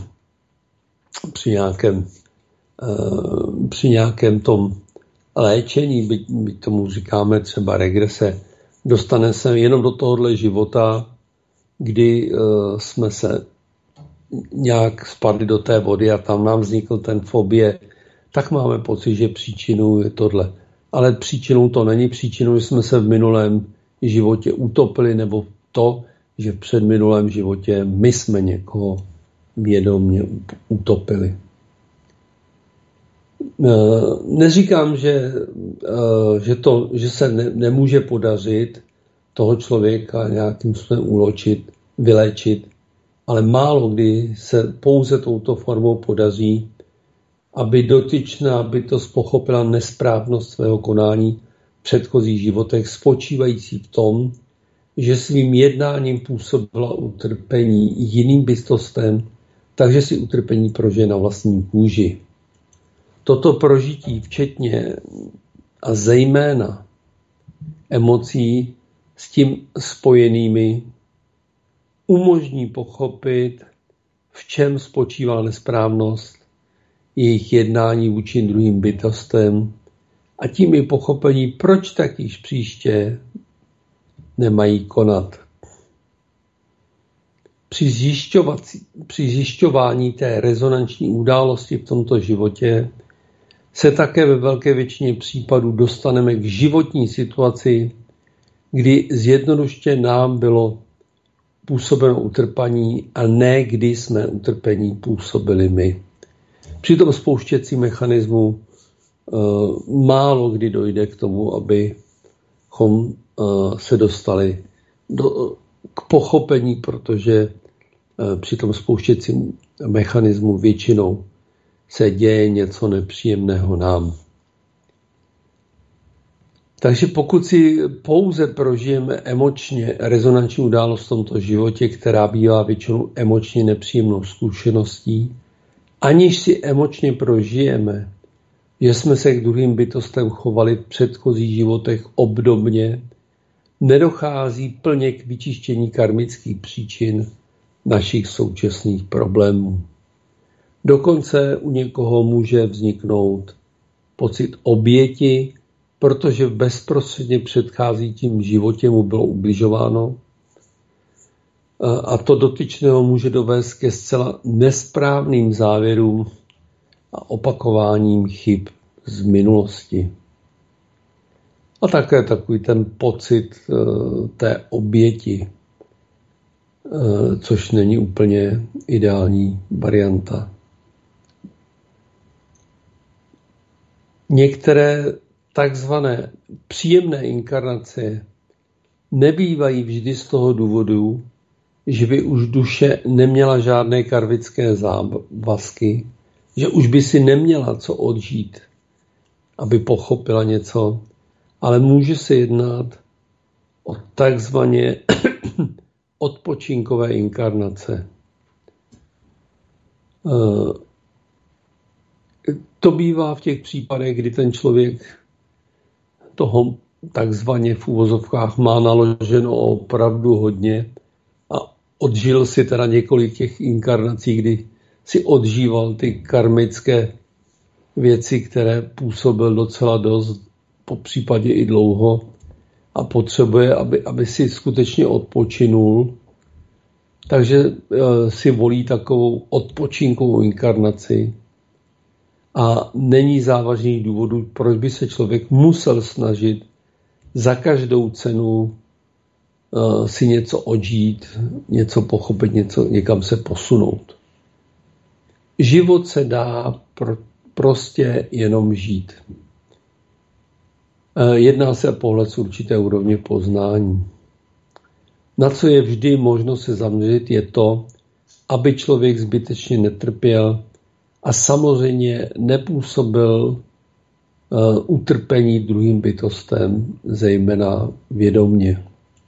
při nějakém tom léčení, byť tomu říkáme třeba regrese, dostane se jenom do tohohle života, kdy jsme se nějak spadli do té vody a tam nám vznikl ten fobie, tak máme pocit, že příčinou je tohle. Ale příčinou to není, příčinou, že jsme se v minulém životě utopili, nebo to, že v předminulém životě my jsme někoho vědomě utopili. Neříkám, že se nemůže podařit toho člověka nějakým způsobem vyléčit, ale málo kdy se pouze touto formou podaří, aby dotyčná bytost pochopila nesprávnost svého konání v předchozích životech, spočívající v tom, že svým jednáním působila utrpení jiným bytostem, takže si utrpení prožije na vlastní kůži. Toto prožití, včetně a zejména emocí s tím spojenými, umožní pochopit, v čem spočívá nesprávnost jejich jednání vůči druhým bytostem a tím i pochopení, proč tak již příště nemají konat. Při zjišťování té rezonanční události v tomto životě se také ve velké většině případů dostaneme k životní situaci, kdy zjednodušeně nám bylo působeno utrpení a ne kdy jsme utrpení působili my. Při tom spouštěcím mechanismu málo kdy dojde k tomu, abychom se dostali k pochopení, protože při tom spouštěcím mechanismu většinou se děje něco nepříjemného nám. Takže pokud si pouze prožijeme emočně rezonanční událost v tomto životě, která bývá většinou emočně nepříjemnou zkušeností, aniž si emočně prožijeme, že jsme se k druhým bytostem chovali v předchozích životech obdobně, nedochází plně k vyčištění karmických příčin našich současných problémů. Dokonce u někoho může vzniknout pocit oběti, protože v bezprostředně předcházejícím životě mu bylo ubližováno a to dotyčného může dovést ke zcela nesprávným závěrům a opakováním chyb z minulosti. A také takový ten pocit té oběti, což není úplně ideální varianta. Některé takzvané příjemné inkarnace nebývají vždy z toho důvodu, že by už duše neměla žádné karmické závazky, že už by si neměla co odžít, aby pochopila něco, ale může se jednat o takzvaně odpočinkové inkarnace. To bývá v těch případech, kdy ten člověk toho takzvaně v uvozovkách má naloženo opravdu hodně a odžil si teda několik těch inkarnací, kdy si odžíval ty karmické věci, které působil docela dost, po případě i dlouho, a potřebuje, aby si skutečně odpočinul. Takže si volí takovou odpočinkovou inkarnaci a není závažných důvodů, proč by se člověk musel snažit za každou cenu si něco odžít, něco pochopit, někam se posunout. Život se dá prostě jenom žít. Jedná se o pohled z určité úrovně poznání. Na co je vždy možno se zaměřit, je to, aby člověk zbytečně netrpěl a samozřejmě nepůsobil utrpení druhým bytostem, zejména vědomně.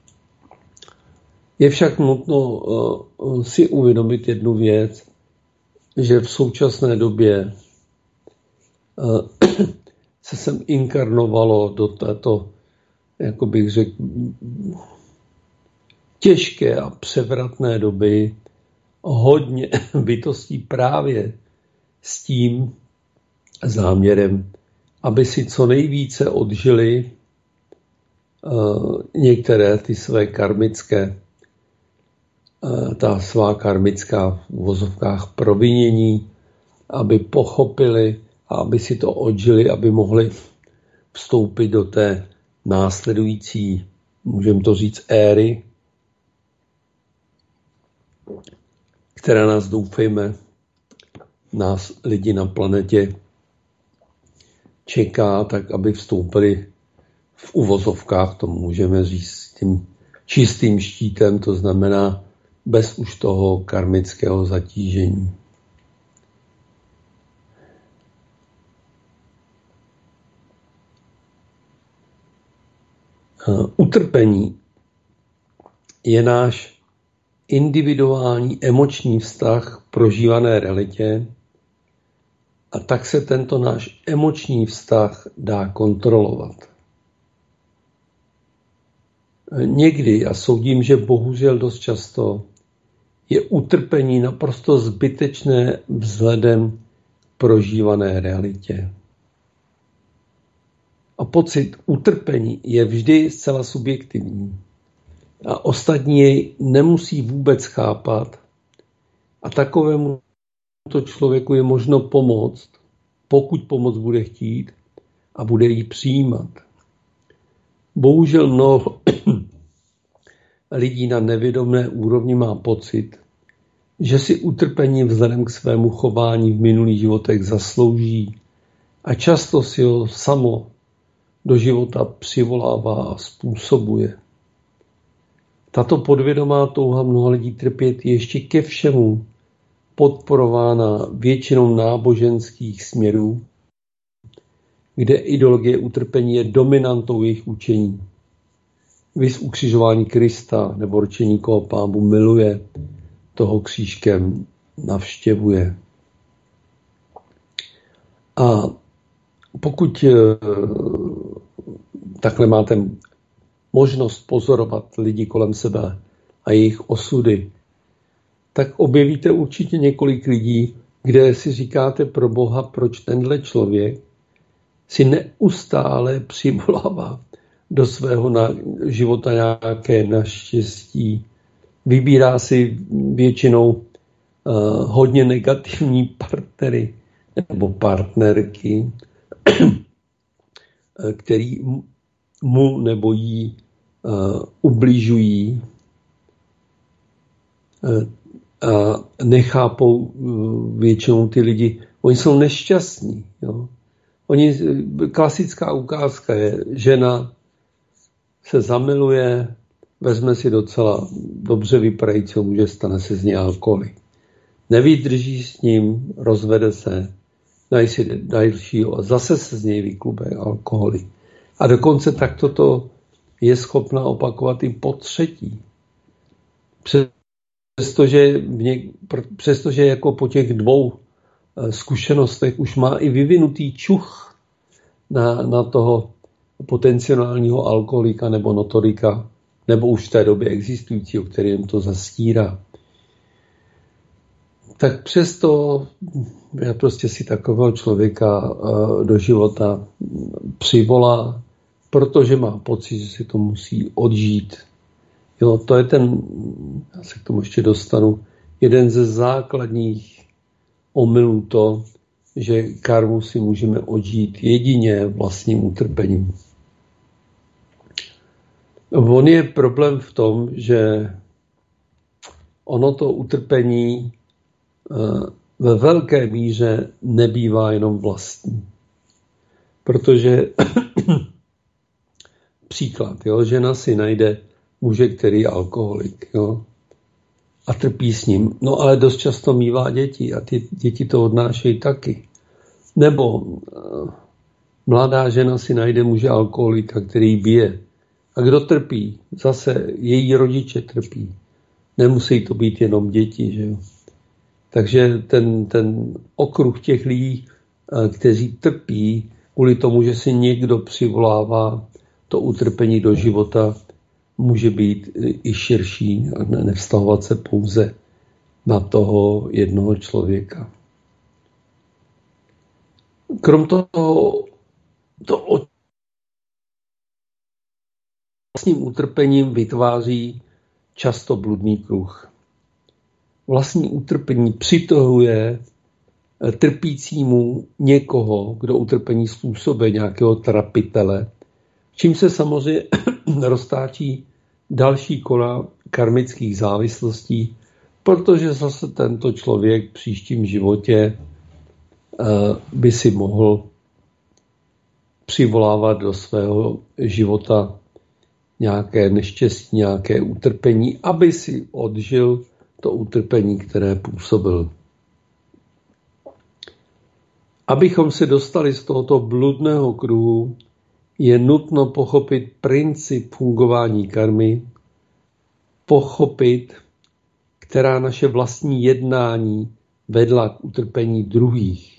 Je však nutno si uvědomit jednu věc, že v současné době se sem inkarnovalo do této, jako bych řekl, těžké a převratné doby hodně bytostí právě s tím záměrem, aby si co nejvíce odžili některé ty své karmické, ta svá karmická v uvozovkách provinění, aby pochopili a aby si to odžili, aby mohli vstoupit do té následující, můžeme to říct, éry, která nás, doufejme, nás lidi na planetě čeká, tak aby vstoupili v uvozovkách, to můžeme říct s tím čistým štítem, to znamená bez už toho karmického zatížení. Utrpení je náš individuální emoční vztah k prožívané realitě a tak se tento náš emoční vztah dá kontrolovat. Někdy, a soudím, že bohužel dost často, je utrpení naprosto zbytečné vzhledem k prožívané realitě. A pocit utrpení je vždy zcela subjektivní. A ostatní jej nemusí vůbec chápat. A takovému to člověku je možno pomoct, pokud pomoc bude chtít a bude ji přijímat. Bohužel mnoho lidí na nevědomé úrovni má pocit, že si utrpení vzhledem k svému chování v minulých životech zaslouží a často si ho samo do života přivolává a způsobuje. Tato podvědomá touha mnoha lidí trpět je ještě ke všemu podporována většinou náboženských směrů, kde ideologie utrpení je dominantou jejich učení. Viz ukřižování Krista nebo rčení, koho Pán Bůh miluje, toho křížkem navštěvuje. A pokud takhle máte možnost pozorovat lidi kolem sebe a jejich osudy, tak objevíte určitě několik lidí, kde si říkáte pro Boha, proč tenhle člověk si neustále přivolává do svého života nějaké naštěstí. Vybírá si většinou hodně negativní partnery nebo partnerky, který mu nebo jí ubližují a nechápou většinou ty lidi. Oni jsou nešťastní. Jo? Klasická ukázka je, žena se zamiluje, vezme si docela dobře vypadajícího muže, stane se z něj alkoholik. Nevydrží s ním, rozvede se, najde si dalšího a zase se z něj vyklube alkoholik. A dokonce takto to je schopná opakovat i po třetí. Přestože jako po těch 2 zkušenostech už má i vyvinutý čuch na toho potenciálního alkoholika nebo notorika, nebo už v té době existujícího, který jim to zastírá. Tak přesto já prostě si takového člověka do života přivolá, protože má pocit, že si to musí odžít. Jo, to je já se k tomu ještě dostanu, jeden ze základních omylů to, že karmu si můžeme odžít jedině vlastním utrpením. On je problém v tom, že ono to utrpení ve velké míře nebývá jenom vlastní. Protože příklad, jo, žena si najde muže, který je alkoholik, jo, a trpí s ním. No ale dost často mívá děti a ty děti to odnášejí taky. Nebo mladá žena si najde muže alkoholika, který bije. A kdo trpí? Zase její rodiče trpí. Nemusí to být jenom děti, že jo. Takže ten okruh těch lidí, kteří trpí kvůli tomu, že si někdo přivolává to utrpení do života, může být i širší a nevztahovat se pouze na toho jednoho člověka. Krom toho, to vlastním utrpením vytváří často bludný kruh. Vlastní utrpení přitahuje trpícímu někoho, kdo utrpení způsobí, nějakého trapitele, čím se samozřejmě roztáčí další kola karmických závislostí, protože zase tento člověk v příštím životě by si mohl přivolávat do svého života nějaké neštěstí, nějaké utrpení, aby si odžil to utrpení, které působil. Abychom se dostali z tohoto bludného kruhu, je nutno pochopit princip fungování karmy, pochopit, která naše vlastní jednání vedla k utrpení druhých.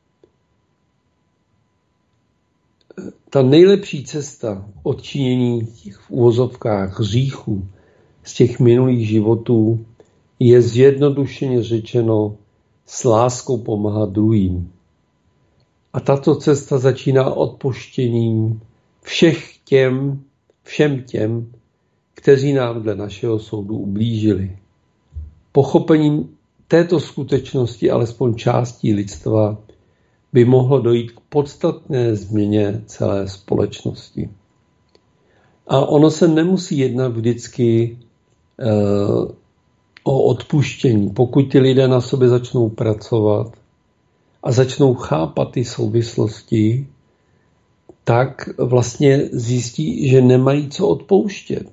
Ta nejlepší cesta odčinění těch v uvozovkách hříchů z těch minulých životů je zjednodušeně řečeno s láskou pomáhat druhým. A tato cesta začíná odpuštěním všem těm, kteří nám dle našeho soudu ublížili. Pochopením této skutečnosti alespoň částí lidstva by mohlo dojít k podstatné změně celé společnosti. A ono se nemusí jednat vždycky o odpuštění. Pokud ty lidé na sobě začnou pracovat a začnou chápat ty souvislosti, tak vlastně zjistí, že nemají co odpouštět.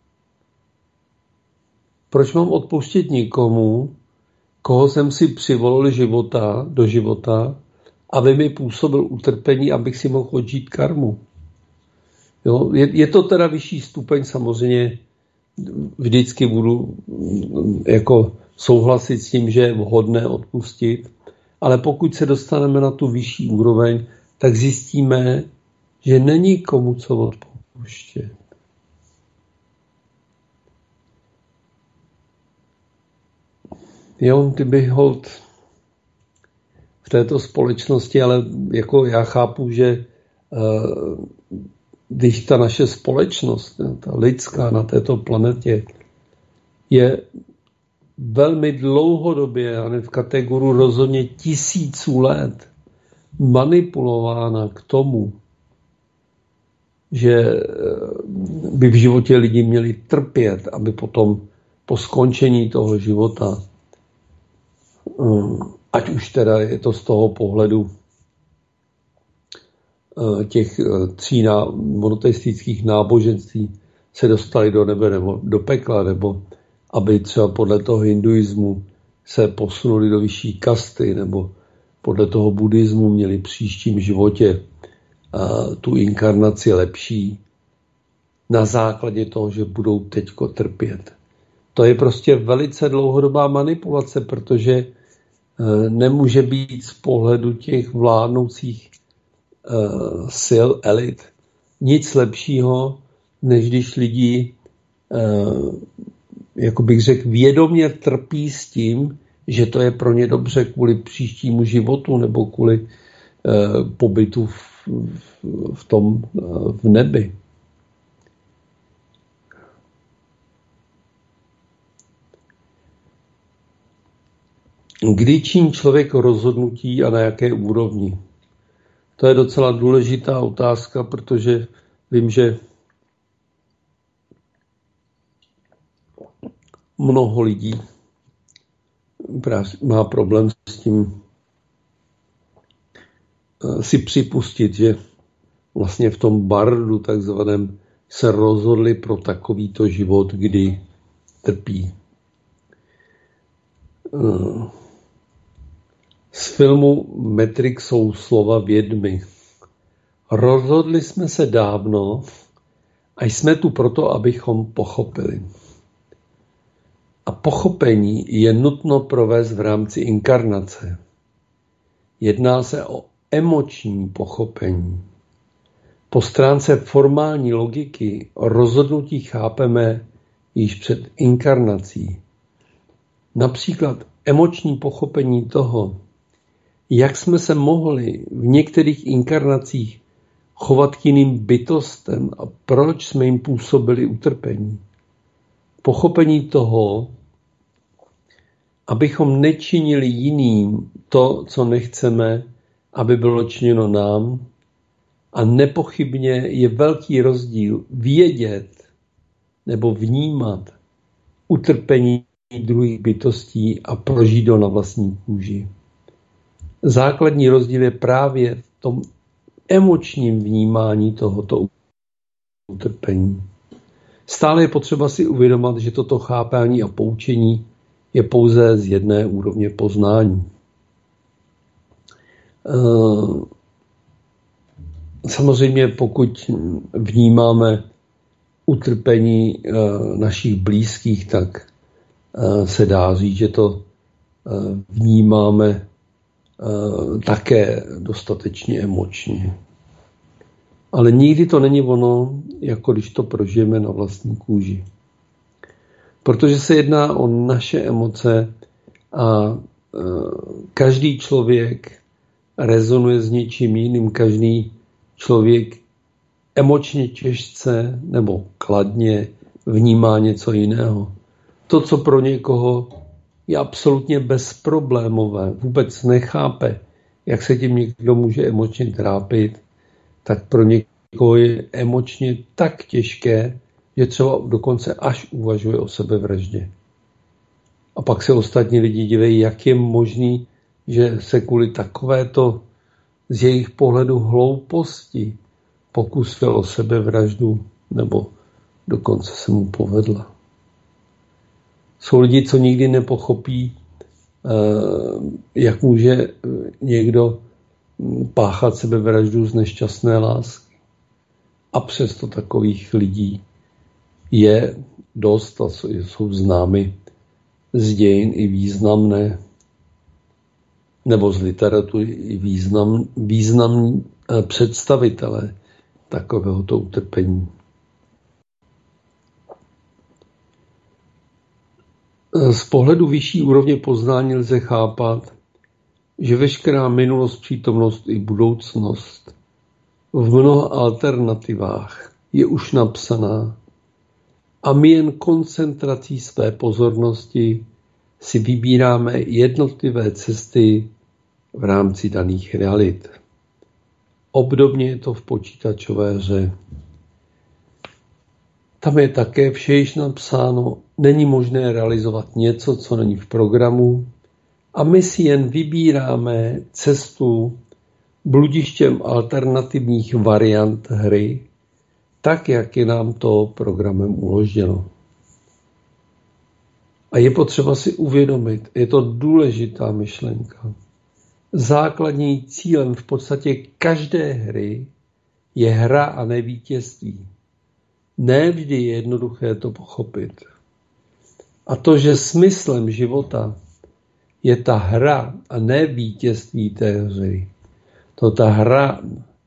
Proč mám odpouštět nikomu, koho jsem si přivolil do života, aby mi působil utrpení, abych si mohl odžít karmu? Jo? Je to teda vyšší stupeň, samozřejmě vždycky budu jako souhlasit s tím, že je vhodné odpustit, ale pokud se dostaneme na tu vyšší úroveň, tak zjistíme, že není komu co odpouštět. Jo, kdyby holt v této společnosti, ale jako já chápu, že když ta naše společnost, ta lidská na této planetě, je velmi dlouhodobě, a ne v kategorii rozhodně tisíců let, manipulována k tomu, že by v životě lidi měli trpět, aby potom po skončení toho života, ať už teda je to z toho pohledu těch 3 monoteistických náboženství, se dostali do nebe nebo do pekla, nebo aby třeba podle toho hinduismu se posunuli do vyšší kasty, nebo podle toho buddhismu měli v příštím životě tu inkarnaci lepší, na základě toho, že budou teďko trpět. To je prostě velice dlouhodobá manipulace, protože nemůže být z pohledu těch vládnoucích sil, elit, nic lepšího, než když lidi, jako bych řekl, vědomě trpí s tím, že to je pro ně dobře kvůli příštímu životu nebo kvůli pobytu v nebi. Kdy činí člověk rozhodnutí a na jaké úrovni? To je docela důležitá otázka, protože vím, že mnoho lidí má problém s tím si připustit, že vlastně v tom bardu takzvaném se rozhodli pro takovýto život, kdy trpí. Z filmu Matrix jsou slova vědmy. Rozhodli jsme se dávno a jsme tu proto, abychom pochopili. A pochopení je nutno provést v rámci inkarnace. Jedná se o emoční pochopení. Po stránce formální logiky rozhodnutí chápeme již před inkarnací. Například emoční pochopení toho, jak jsme se mohli v některých inkarnacích chovat k jiným bytostem a proč jsme jim působili utrpení. Pochopení toho, abychom nečinili jiným to, co nechceme, aby bylo činěno nám. A nepochybně je velký rozdíl vědět nebo vnímat utrpení druhých bytostí a prožít ho na vlastní kůži. Základní rozdíl je právě v tom emočním vnímání tohoto utrpení. Stále je potřeba si uvědomit, že toto chápání a poučení je pouze z jedné úrovně poznání. Samozřejmě pokud vnímáme utrpení našich blízkých, tak se dá říct, že to vnímáme také dostatečně emočně. Ale nikdy to není ono, jako když to prožijeme na vlastní kůži. Protože se jedná o naše emoce a každý člověk rezonuje s něčím jiným. Každý člověk emočně těžce nebo kladně vnímá něco jiného. To, co pro někoho je absolutně bezproblémové, vůbec nechápe, jak se tím někdo může emočně trápit, tak pro někoho je emočně tak těžké, že třeba dokonce až uvažuje o sebevraždě. A pak se ostatní lidi diví, jak je možný, že se kvůli takovéto z jejich pohledu hlouposti pokusil o sebevraždu nebo dokonce se mu povedla. Jsou lidi, co nikdy nepochopí, jak může někdo páchat sebevraždu z nešťastné lásky. A přesto takových lidí je dost a jsou známy z dějin i významné, nebo z literatury i významní představitelé takovéhoto utrpení. Z pohledu vyšší úrovně poznání lze chápat, že veškerá minulost, přítomnost i budoucnost v mnoha alternativách je už napsaná a my jen koncentrací své pozornosti si vybíráme jednotlivé cesty v rámci daných realit. Obdobně je to v počítačové hře. Tam je také vše již napsáno, není možné realizovat něco, co není v programu a my si jen vybíráme cestu bludištěm alternativních variant hry, tak, jak je nám to programem uloženo. A je potřeba si uvědomit, je to důležitá myšlenka. Základním cílem v podstatě každé hry je hra a ne vítězství. Ne vždy je jednoduché to pochopit. A to, že smyslem života je ta hra a ne vítězství té hry. To ta hra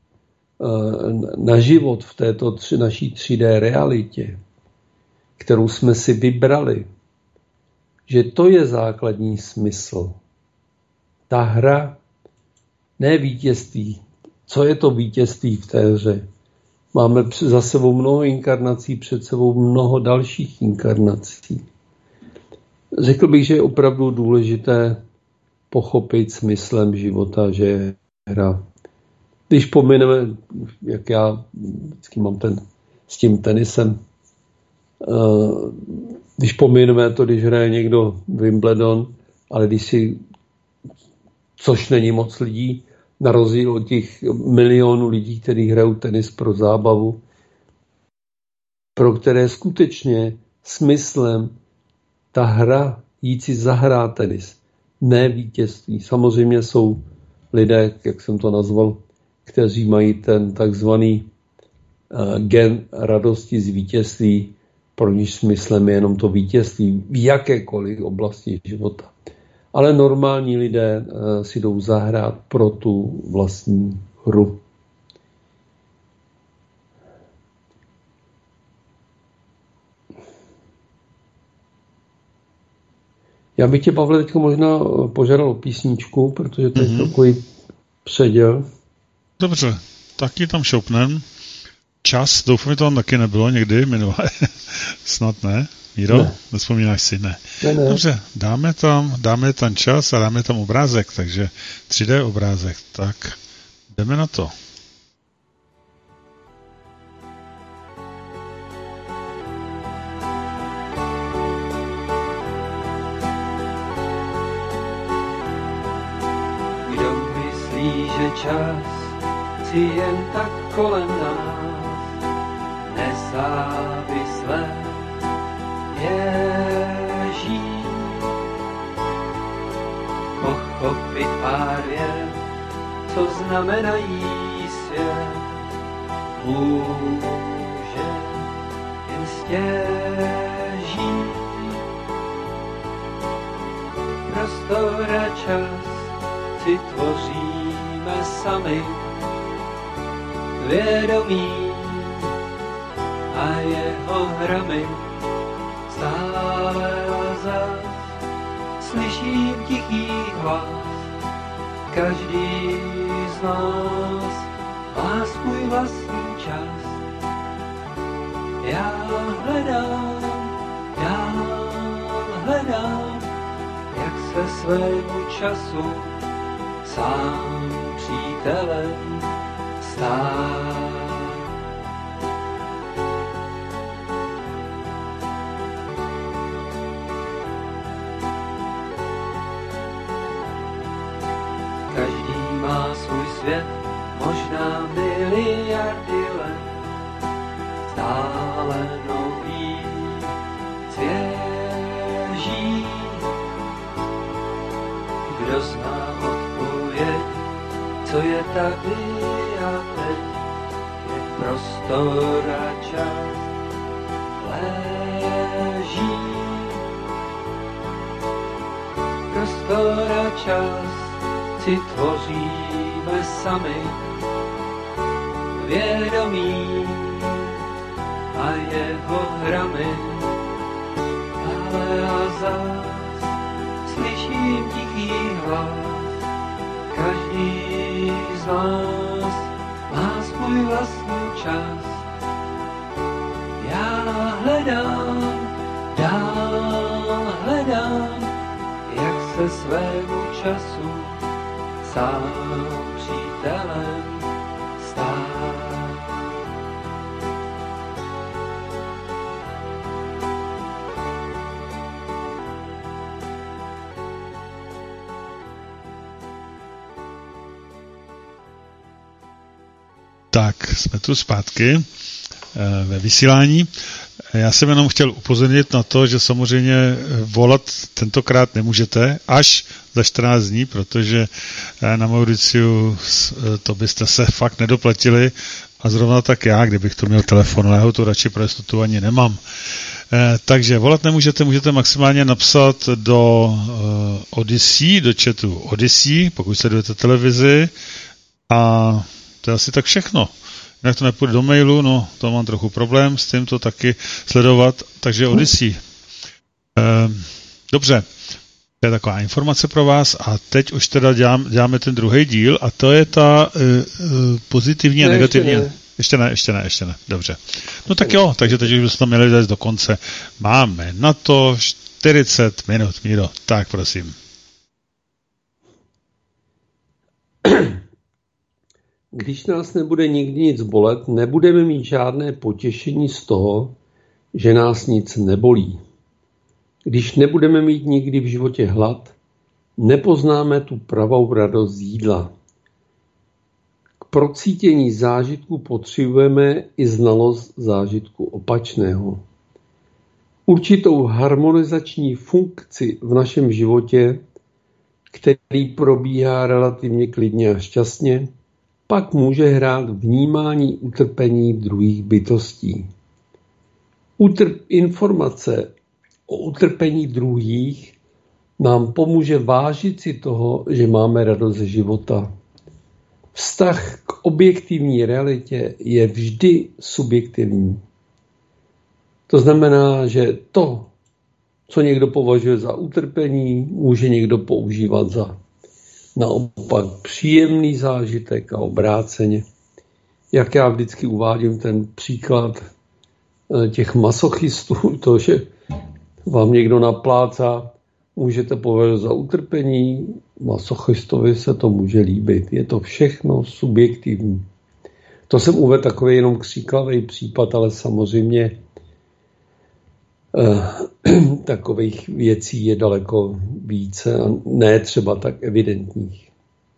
na život v této naší 3D realitě, kterou jsme si vybrali, že to je základní smysl. Ta hra, ne vítězství. Co je to vítězství v té hře? Máme za sebou mnoho inkarnací, před sebou mnoho dalších inkarnací. Řekl bych, že je opravdu důležité pochopit smyslem života, že je hra. Když pomineme, jak já vždycky mám s tím tenisem, když pomineme to, když hraje někdo Wimbledon, ale když si, což není moc lidí, na rozdíl od těch milionů lidí, kteří hrajou tenis pro zábavu, pro které skutečně smyslem ta hra, jít si zahrát tenis, ne vítězství. Samozřejmě jsou lidé, jak jsem to nazval, kteří mají ten takzvaný gen radosti z vítězství, pro níž smyslem je jenom to vítězství v jakékoliv oblasti života. Ale normální lidé si jdou zahrát pro tu vlastní hru. Já bych tě, Pavle, teď možná požádal o písničku, protože to je takový předěl. Dobře, taky tam šoupnem. Čas, doufám, že to tam taky nebylo někdy minulé. Snad ne. Míro, ne. Nespomínáš si? Ne. Dobře, dáme tam čas a dáme tam obrázek, takže 3D obrázek. Tak, jdeme na to. Kdo myslí, že čas si jen tak kolem nás nezávisle běží, pochopit pár vět, co znamenají svět, může jen stěží. Prostor a čas si tvoříme sami, vědomí a jeho hrami. Stále a zas slyším tichý hlas, každý z nás má svůj vlastní čas. Já hledám, jak se svému času sám přítelem stát. Má svůj svět, možná miliardy let, stále nový, svěží. Kdo zná odpověď, co je tady a teď, je prostor a čas, leží. Prostor a čas si tvoříme sami, vědomí a jeho hrami. Ale a zas slyším tichý hlas, každý z nás má svůj vlastní čas. Já hledám, jak se svému času sám přítelem stát. Tak, jsme tu zpátky ve vysílání. Já jsem jenom chtěl upozornit na to, že samozřejmě volat tentokrát nemůžete až za 14 dní, protože na Mauriciu to byste se fakt nedoplatili a zrovna tak já, kdybych to měl telefon, já ho tu radši pro jistotu ani nemám. Takže volat nemůžete, můžete maximálně napsat do Odyssey, do chatu Odyssey, pokud sledujete televizi, a to je asi tak všechno. Jinak to nepůjde do mailu, no to mám trochu problém s tím to taky sledovat, takže Odyssey. Dobře, to je taková informace pro vás a teď už teda děláme ten druhý díl a to je ta pozitivní a negativní. Ještě ne. Dobře. No tak jo, takže teď už bychom to měli dát do konce. Máme na to 40 minut, Míro. Tak prosím. Když nás nebude nikdy nic bolet, nebudeme mít žádné potěšení z toho, že nás nic nebolí. Když nebudeme mít nikdy v životě hlad, nepoznáme tu pravou radost z jídla. K procítění zážitku potřebujeme i znalost zážitku opačného. Určitou harmonizační funkci v našem životě, který probíhá relativně klidně a šťastně, pak může hrát vnímání utrpení druhých bytostí. Informace o utrpení druhých nám pomůže vážit si toho, že máme radost ze života. Vztah k objektivní realitě je vždy subjektivní. To znamená, že to, co někdo považuje za utrpení, může někdo používat za naopak příjemný zážitek a obráceně. Jak já vždycky uvádím ten příklad těch masochistů, to, že vám někdo naplácá, můžete považovat za utrpení, masochistovi se to může líbit. Je to všechno subjektivní. To jsem uvedl takový jenom kříklavý případ, ale samozřejmě takových věcí je daleko více a ne třeba tak evidentních.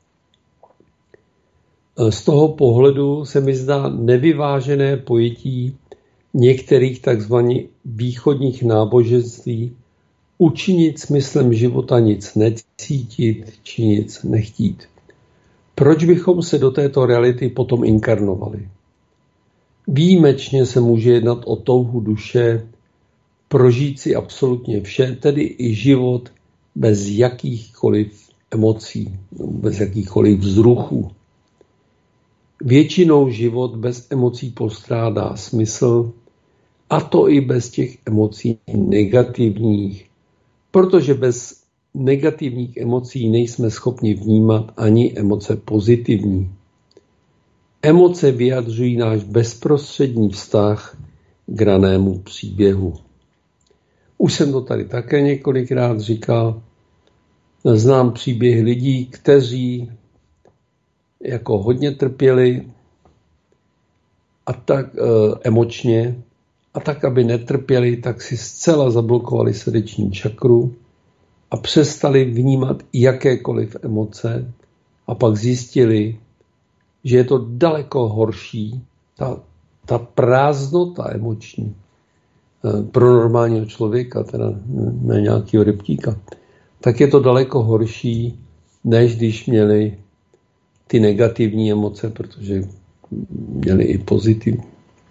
Z toho pohledu se mi zdá nevyvážené pojetí některých takzvaných východních náboženství učinit smyslem života nic necítit či nic nechtít. Proč bychom se do této reality potom inkarnovali? Výjimečně se může jednat o touhu duše prožít si absolutně vše, tedy i život bez jakýchkoliv emocí, bez jakýchkoliv vzruchů. Většinou život bez emocí postrádá smysl, a to i bez těch emocí negativních, protože bez negativních emocí nejsme schopni vnímat ani emoce pozitivní. Emoce vyjadřují náš bezprostřední vztah k danému příběhu. Už jsem to tady také několikrát říkal. Znám příběh lidí, kteří jako hodně trpěli a tak emočně, a tak, aby netrpěli, tak si zcela zablokovali srdeční čakru a přestali vnímat jakékoliv emoce a pak zjistili, že je to daleko horší, ta prázdnota emoční pro normálního člověka, teda ne nějakého rybtíka, tak je to daleko horší, než když měli ty negativní emoce, protože měli i pozitivní.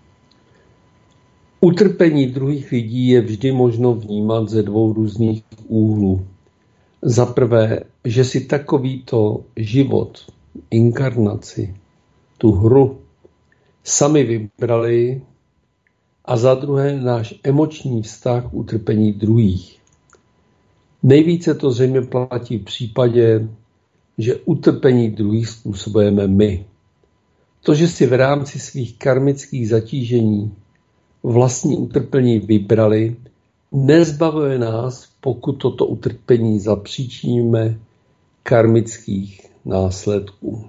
Utrpení druhých lidí je vždy možno vnímat ze dvou různých úhlů. Za prvé, že si takovýto život, inkarnaci, tu hru sami vybrali, a za druhé náš emoční vztah k utrpení druhých. Nejvíce to zřejmě platí v případě, že utrpení druhých způsobujeme my. To, že si v rámci svých karmických zatížení vlastní utrpení vybrali, nezbavuje nás, pokud toto utrpení zapříčiníme, karmických následků.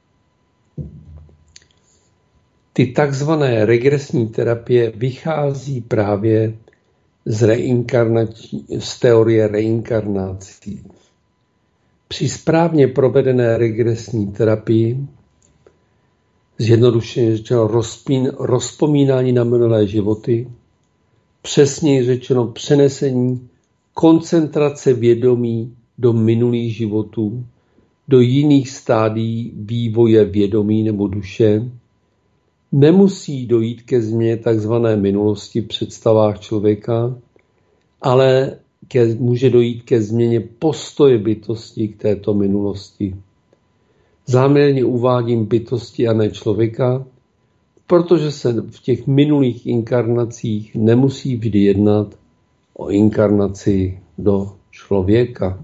Ty takzvané regresní terapie vychází právě z teorie reinkarnací. Při správně provedené regresní terapii zjednodušeně řečeno rozpomínání na minulé životy, přesněji řečeno přenesení koncentrace vědomí do minulých životů, do jiných stádií vývoje vědomí nebo duše. Nemusí dojít ke změně tzv. Minulosti v představách člověka, ale může dojít ke změně postoje bytosti k této minulosti. Záměrně uvádím bytosti a ne člověka, protože se v těch minulých inkarnacích nemusí vždy jednat o inkarnaci do člověka.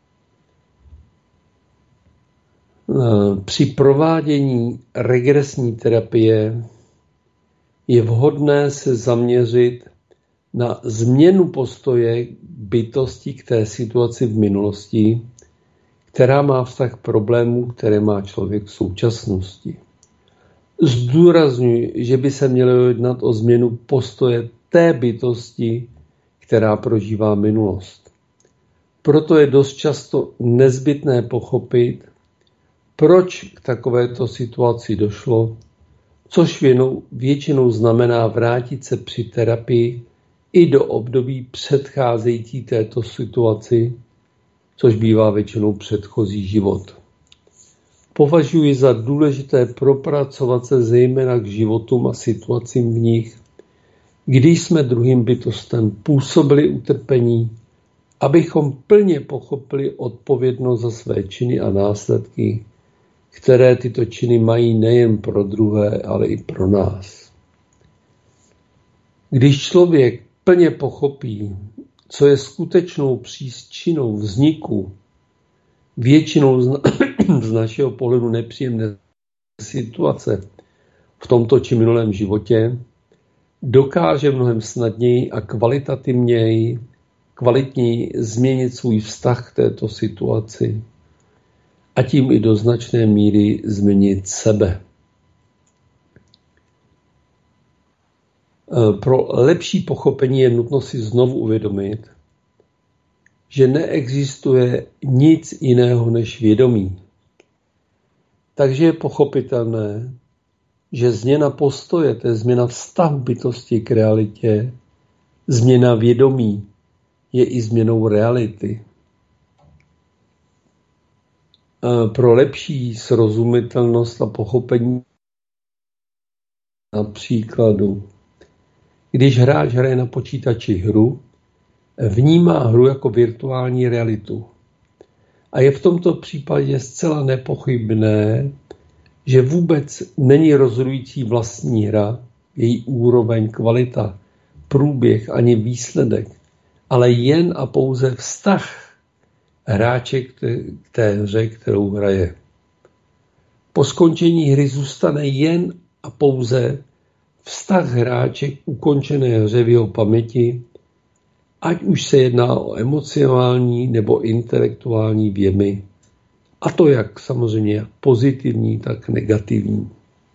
Při provádění regresní terapie je vhodné se zaměřit na změnu postoje bytosti k té situaci v minulosti, která má vztah k problémů, které má člověk v současnosti. Zdůrazňuji, že by se mělo jednat o změnu postoje té bytosti, která prožívá minulost. Proto je dost často nezbytné pochopit, proč k takovéto situaci došlo, což většinou znamená vrátit se při terapii i do období předcházející této situaci, což bývá většinou předchozí život. Považuji za důležité propracovat se zejména k životům a situacím v nich, když jsme druhým bytostem působili utrpení, abychom plně pochopili odpovědnost za své činy a následky, které tyto činy mají nejen pro druhé, ale i pro nás. Když člověk plně pochopí, co je skutečnou příčinou vzniku většinou z našeho pohledu nepříjemné situace v tomto či minulém životě, dokáže mnohem snadněji a kvalitněji změnit svůj vztah k této situaci a tím i do značné míry změnit sebe. Pro lepší pochopení je nutno si znovu uvědomit, že neexistuje nic jiného než vědomí. Takže je pochopitelné, že změna postoje, to je změna vztahu bytosti k realitě, změna vědomí je i změnou reality. Pro lepší srozumitelnost a pochopení napříkladu, když hráč hraje na počítači hru, vnímá hru jako virtuální realitu. A je v tomto případě zcela nepochybné, že vůbec není rozhodující vlastní hra, její úroveň, kvalita, průběh ani výsledek, ale jen a pouze vztah hráče k té hře, kterou hraje. Po skončení hry zůstane jen a pouze vztah hráče k ukončené hře v jeho paměti, ať už se jedná o emocionální nebo intelektuální věmy. A to jak samozřejmě jak pozitivní, tak negativní.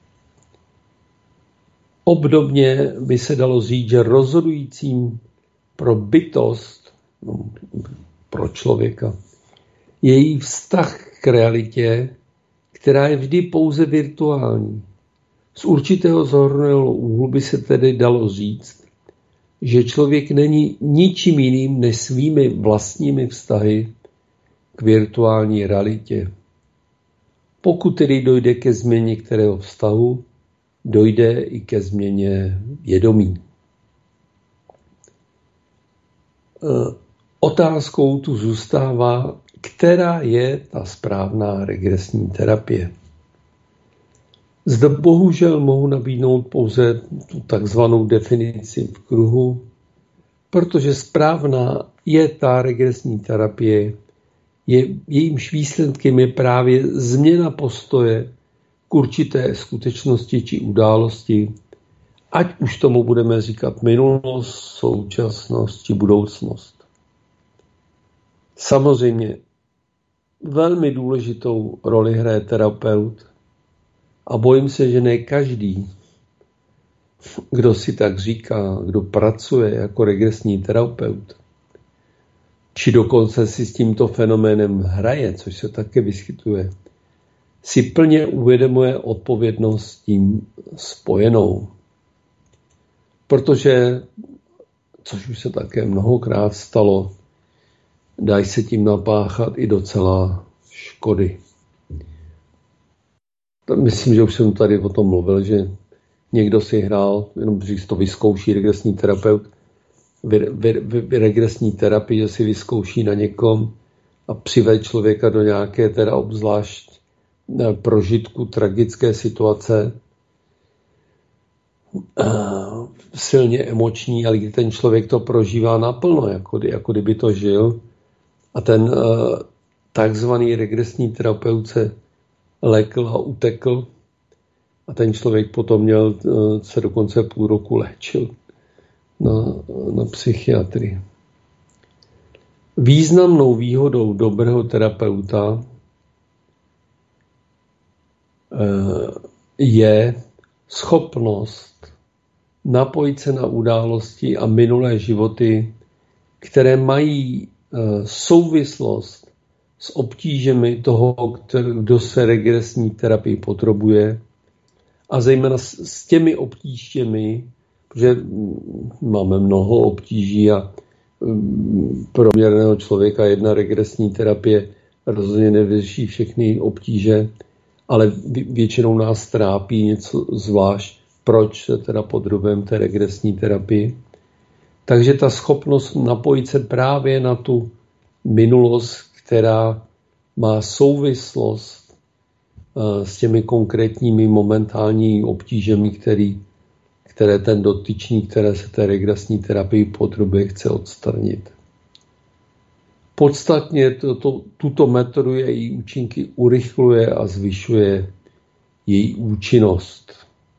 Obdobně by se dalo říct, že rozhodujícím pro bytost, pro člověka, je její vztah k realitě, která je vždy pouze virtuální. Z určitého zorného úhlu by se tedy dalo říct, že člověk není ničím jiným než svými vlastními vztahy k virtuální realitě. Pokud tedy dojde ke změně kterého vztahu, dojde i ke změně vědomí. Otázkou tu zůstává, která je ta správná regresní terapie. Zde bohužel mohu nabídnout pouze tu takzvanou definici v kruhu, protože správná je ta regresní terapie, jejímž výsledkem je právě změna postoje k určité skutečnosti či události, ať už tomu budeme říkat minulost, současnost či budoucnost. Samozřejmě velmi důležitou roli hraje terapeut a bojím se, že ne každý, kdo si tak říká, kdo pracuje jako regresní terapeut, či dokonce si s tímto fenoménem hraje, což se také vyskytuje, si plně uvědomuje odpovědnost s tím spojenou. Protože, což už se také mnohokrát stalo, dají se tím napáchat i docela škody. Myslím, že už jsem tady o tom mluvil, že někdo si hrál, jenom když to vyzkouší regresní terapeut, regresní terapii, že si vyzkouší na někom a přivede člověka do nějaké teda obzvlášť prožitku tragické situace, silně emoční, ale kdy ten člověk to prožívá naplno, jako kdyby to žil. A ten takzvaný regresní terapeut se lekl a utekl a ten člověk potom se dokonce půl roku léčil na psychiatrii. Významnou výhodou dobrého terapeuta je schopnost napojit se na události a minulé životy, které mají souvislost s obtížemi toho, kdo se regresní terapii potřebuje, a zejména s těmi obtížemi, protože máme mnoho obtíží a průměrného člověka jedna regresní terapie rozhodně nevyřeší všechny obtíže, ale většinou nás trápí něco zvlášť, proč se teda podrobujeme té regresní terapii. Takže ta schopnost napojit se právě na tu minulost, která má souvislost s těmi konkrétními momentální obtížemi, které ten dotyčný, které se té regresní terapii potřebuje, chce odstranit. Podstatně tuto metodu její účinky urychluje a zvyšuje její účinnost.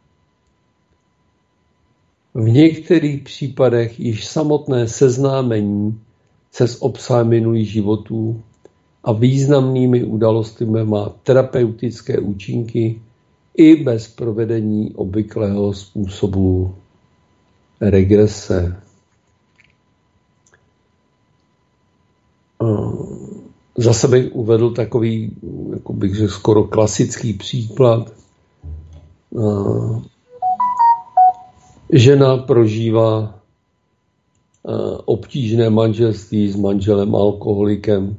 V některých případech již samotné seznámení se s obsahem minulých životů a významnými událostmi má terapeutické účinky i bez provedení obvyklého způsobu regrese. Zase bych uvedl takový, jako bych řekl, skoro klasický příklad. Žena prožívá obtížné manželství s manželem alkoholikem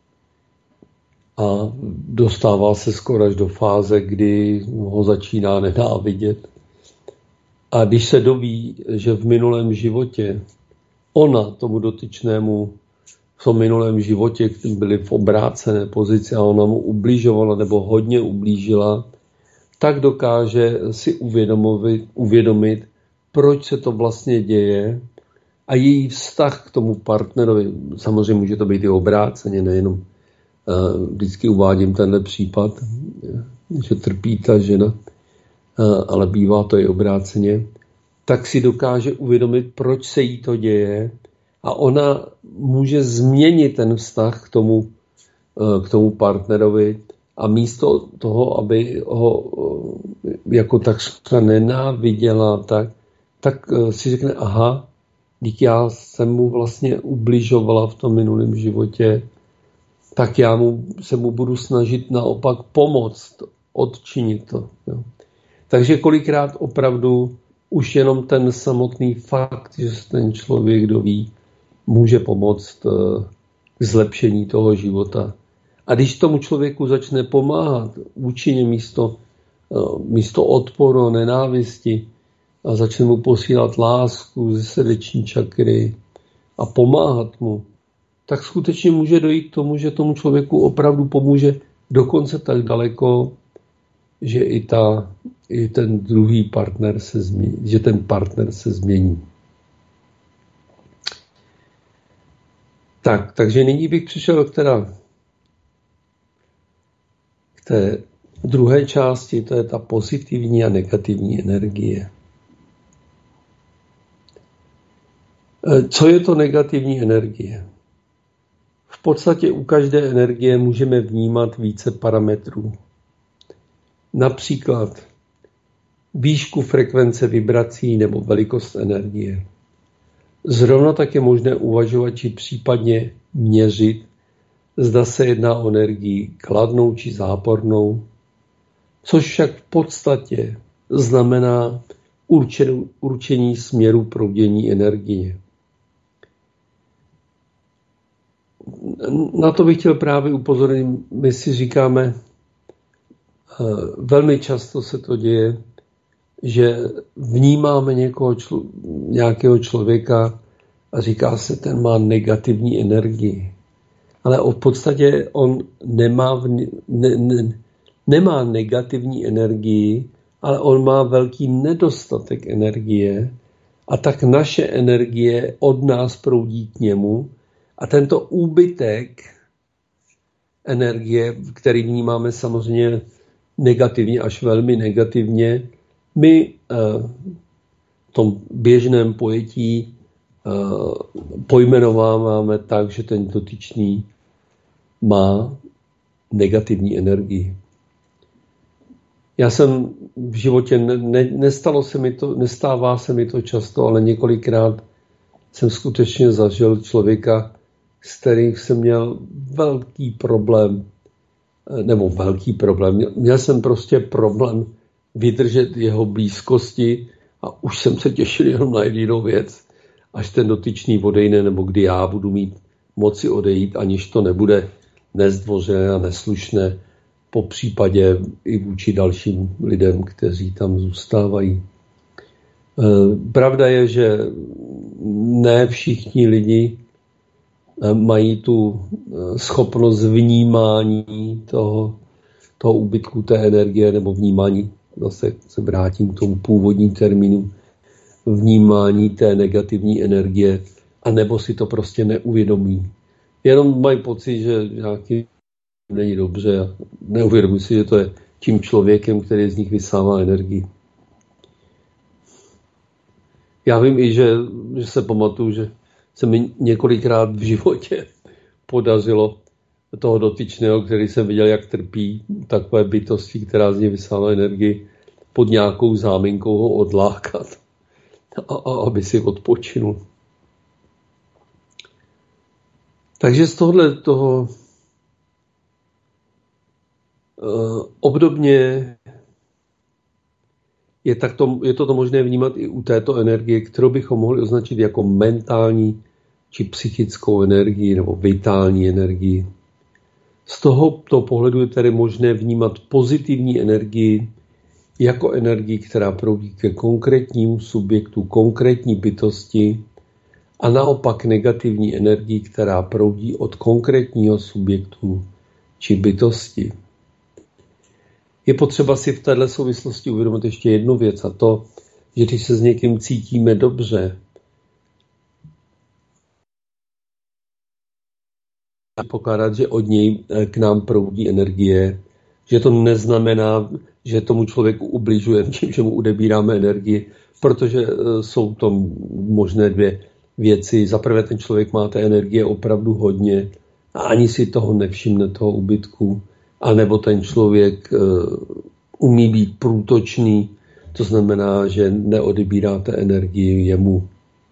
a dostává se skoro až do fáze, kdy ho začíná nenávidět. A když se doví, že v minulém životě ona tomu dotyčnému v tom minulém životě byli v obrácené pozici a ona mu ubližovala nebo hodně ublížila, tak dokáže si uvědomit, proč se to vlastně děje a její vztah k tomu partnerovi, samozřejmě může to být i obráceně, nejenom vždycky uvádím tenhle případ, že trpí ta žena, ale bývá to i obráceně, tak si dokáže uvědomit, proč se jí to děje a ona může změnit ten vztah k tomu partnerovi a místo toho, aby ho jako takřka nenáviděla, tak si řekne, aha, díky já jsem mu vlastně ubližovala v tom minulém životě, tak já se mu budu snažit naopak pomoct, odčinit to. Jo. Takže kolikrát opravdu už jenom ten samotný fakt, že se ten člověk doví, může pomoct k zlepšení toho života. A když tomu člověku začne pomáhat účinně místo odporu, nenávisti a začne mu posílat lásku ze srdeční čakry a pomáhat mu, tak skutečně může dojít k tomu, že tomu člověku opravdu pomůže dokonce tak daleko, že i ten druhý partner se změní, že ten partner se změní. Takže nyní bych přišel k té druhé části, to je ta pozitivní a negativní energie. Co je to negativní energie? V podstatě u každé energie můžeme vnímat více parametrů. Například výšku frekvence vibrací nebo velikost energie. Zrovna tak je možné uvažovat či případně měřit, zda se jedná o energii kladnou či zápornou, což však v podstatě znamená určení směru proudění energie. Na to bych chtěl právě upozornit. My si říkáme, velmi často se to děje, že vnímáme nějakého člověka a říká se, ten má negativní energii. Ale v podstatě on nemá negativní energii, ale on má velký nedostatek energie a tak naše energie od nás proudí k němu a tento úbytek energie, který vnímáme samozřejmě negativně až velmi negativně, my v tom běžném pojetí pojmenováváme tak, že ten dotyčný má negativní Já jsem v životě, nestává se mi to často, ale několikrát jsem skutečně zažil člověka, s kterým jsem měl velký problém. Měl jsem prostě problém vydržet jeho blízkosti a už jsem se těšil jenom na jedinou věc, až ten dotyčný odejde, nebo kdy já budu mít moci odejít, aniž to nebude nezdvořené a neslušné, po případě i vůči dalším lidem, kteří tam zůstávají. Pravda je, že ne všichni lidi mají tu schopnost vnímání toho úbytku té energie nebo vnímání, zase se vrátím k tomu původním termínu, vnímání té negativní energie, anebo si to prostě neuvědomí. Jenom mají pocit, že nějaký není dobře a neuvědomuji si, že to je tím člověkem, který z nich vysává energii. Já vím i, že se pamatuju, že se mi několikrát v životě podařilo toho dotyčného, který jsem viděl, jak trpí takové bytosti, která z něj vysává energii, pod nějakou záminkou ho odlákat, aby si odpočinul. Takže z toho obdobně je toto možné vnímat i u této energie, kterou bychom mohli označit jako mentální či psychickou energii nebo vitální energii. Z tohoto pohledu je tedy možné vnímat pozitivní energii jako energii, která proudí ke konkrétnímu subjektu, konkrétní bytosti, a naopak negativní energii, která proudí od konkrétního subjektu či bytosti. Je potřeba si v této souvislosti uvědomit ještě jednu věc, a to, že když se s někým cítíme dobře, pokládat, že od něj k nám proudí energie, že to neznamená, že tomu člověku ubližujeme tím, že mu odebíráme energii, protože jsou to možné dvě věci. Za prvé, ten člověk má té energie opravdu hodně a ani si toho nevšimne, toho úbytku. A nebo ten člověk umí být průtočný, to znamená, že neodebíráte energii jemu.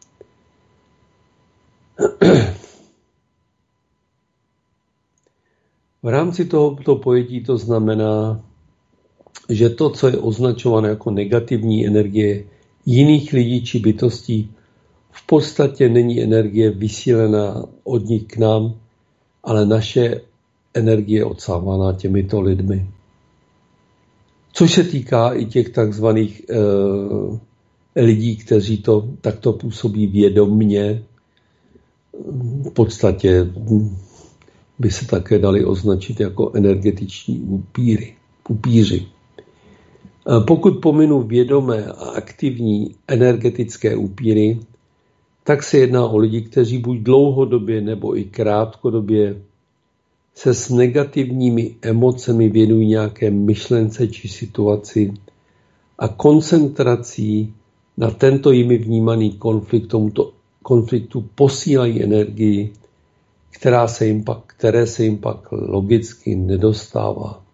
V rámci tohoto pojetí to znamená, že to, co je označováno jako negativní energie jiných lidí či bytostí, v podstatě není energie vysílená od nich k nám, ale naše energie odsávaná těmito lidmi. Což se týká i těch takzvaných lidí, kteří to takto působí vědomně. V podstatě by se také dali označit jako energetiční upíři. Pokud pominu vědomé a aktivní energetické upíry, tak se jedná o lidi, kteří buď dlouhodobě nebo i krátkodobě se s negativními emocemi věnují nějaké myšlence či situaci a koncentrací na tento jimi vnímaný konflikt, tomuto konfliktu posílají energii, které se jim pak logicky nedostává.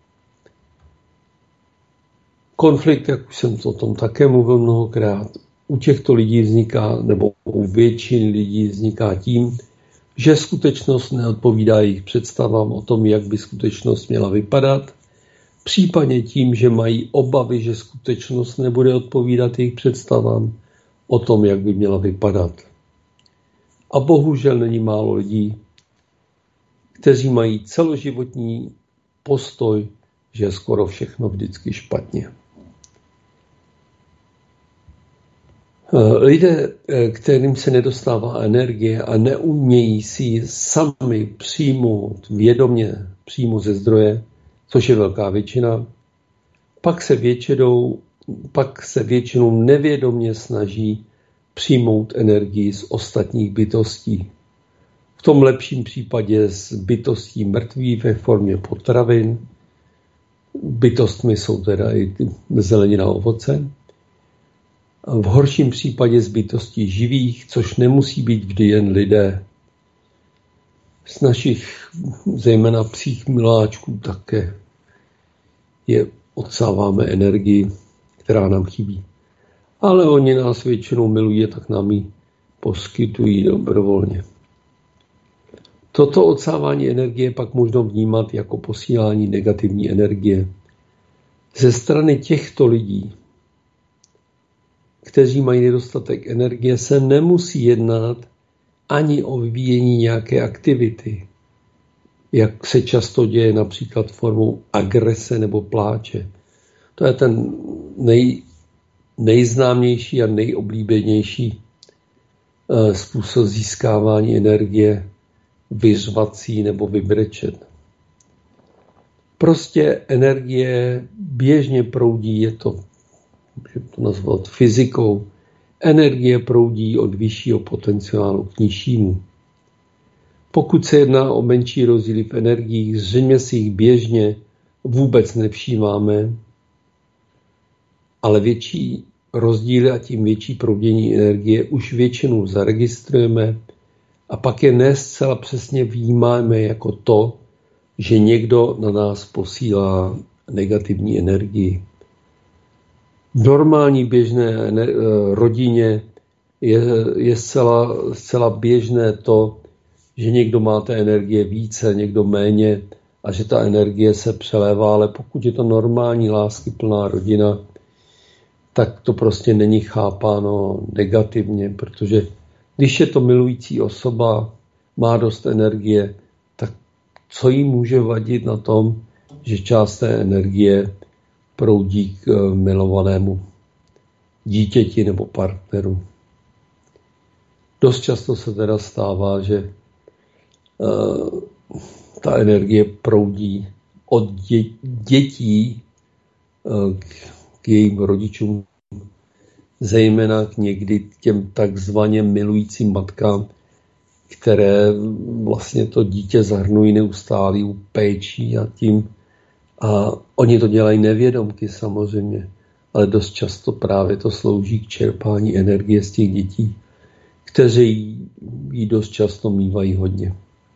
Konflikt, jak už jsem o tom také mluvil mnohokrát, u těchto lidí vzniká, nebo u většiny lidí vzniká tím, že skutečnost neodpovídá jejich představám o tom, jak by skutečnost měla vypadat, případně tím, že mají obavy, že skutečnost nebude odpovídat jejich představám o tom, jak by měla vypadat. A bohužel není málo lidí, kteří mají celoživotní postoj, že je skoro všechno vždycky špatně. Lidé, kterým se nedostává energie a neumějí si ji sami přijmout vědomě přímo ze zdroje, což je velká většina, pak se většinou nevědomě snaží přijmout energii z ostatních bytostí. V tom lepším případě z bytostí mrtvých ve formě potravin. Bytostmi jsou teda i zelenina a ovoce. A v horším případě z bytostí živých, což nemusí být vždy jen lidé. Z našich zejména psích miláčků také odsáváme energii, která nám chybí. Ale oni nás většinou milují, tak nám ji poskytují dobrovolně. Toto odsávání energie je pak možno vnímat jako posílání negativní energie. Ze strany těchto lidí, kteří mají nedostatek energie, se nemusí jednat ani o vyvíjení nějaké aktivity, jak se často děje například formou agrese nebo pláče. To je ten nejznámější a nejoblíbenější způsob získávání energie, vyřvací nebo vybrečet. Prostě energie běžně proudí, můžeme to nazvat fyzikou, energie proudí od vyššího potenciálu k nižšímu. Pokud se jedná o menší rozdíly v energiích, zřejmě si jich běžně vůbec nevšímáme, ale větší rozdíly a tím větší proudění energie už většinou zaregistrujeme a pak je ne zcela přesně vnímáme jako to, že někdo na nás posílá negativní energii. V normální běžné rodině je zcela běžné to, že někdo má té energie více, někdo méně a že ta energie se přelévá, ale pokud je to normální láskyplná rodina, tak to prostě není chápáno negativně, protože když je to milující osoba, má dost energie, tak co jí může vadit na tom, že část té energie proudí k milovanému dítěti nebo partneru. Dost často se teda stává, že ta energie proudí od dětí k jejím rodičům, zejména k někdy těm takzvaně milujícím matkám, které vlastně to dítě zahrnují neustálou péčí a oni to dělají nevědomky samozřejmě, ale dost často právě to slouží k čerpání energie z těch dětí, kteří ji dost často mívají hodně.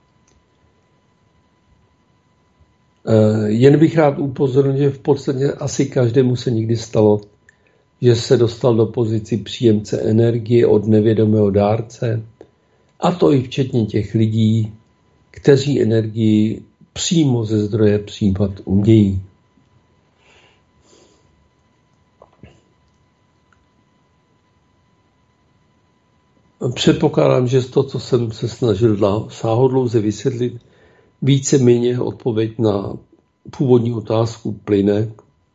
Jen bych rád upozornil, že v podstatě asi každému se někdy stalo, že se dostal do pozici příjemce energie od nevědomého dárce, a to i včetně těch lidí, kteří energii přímo ze zdroje přijímat umějí. Předpokládám, že to, co jsem se snažil sáhodlouze vysvětlit, víceméně odpověď na původní otázku plyne,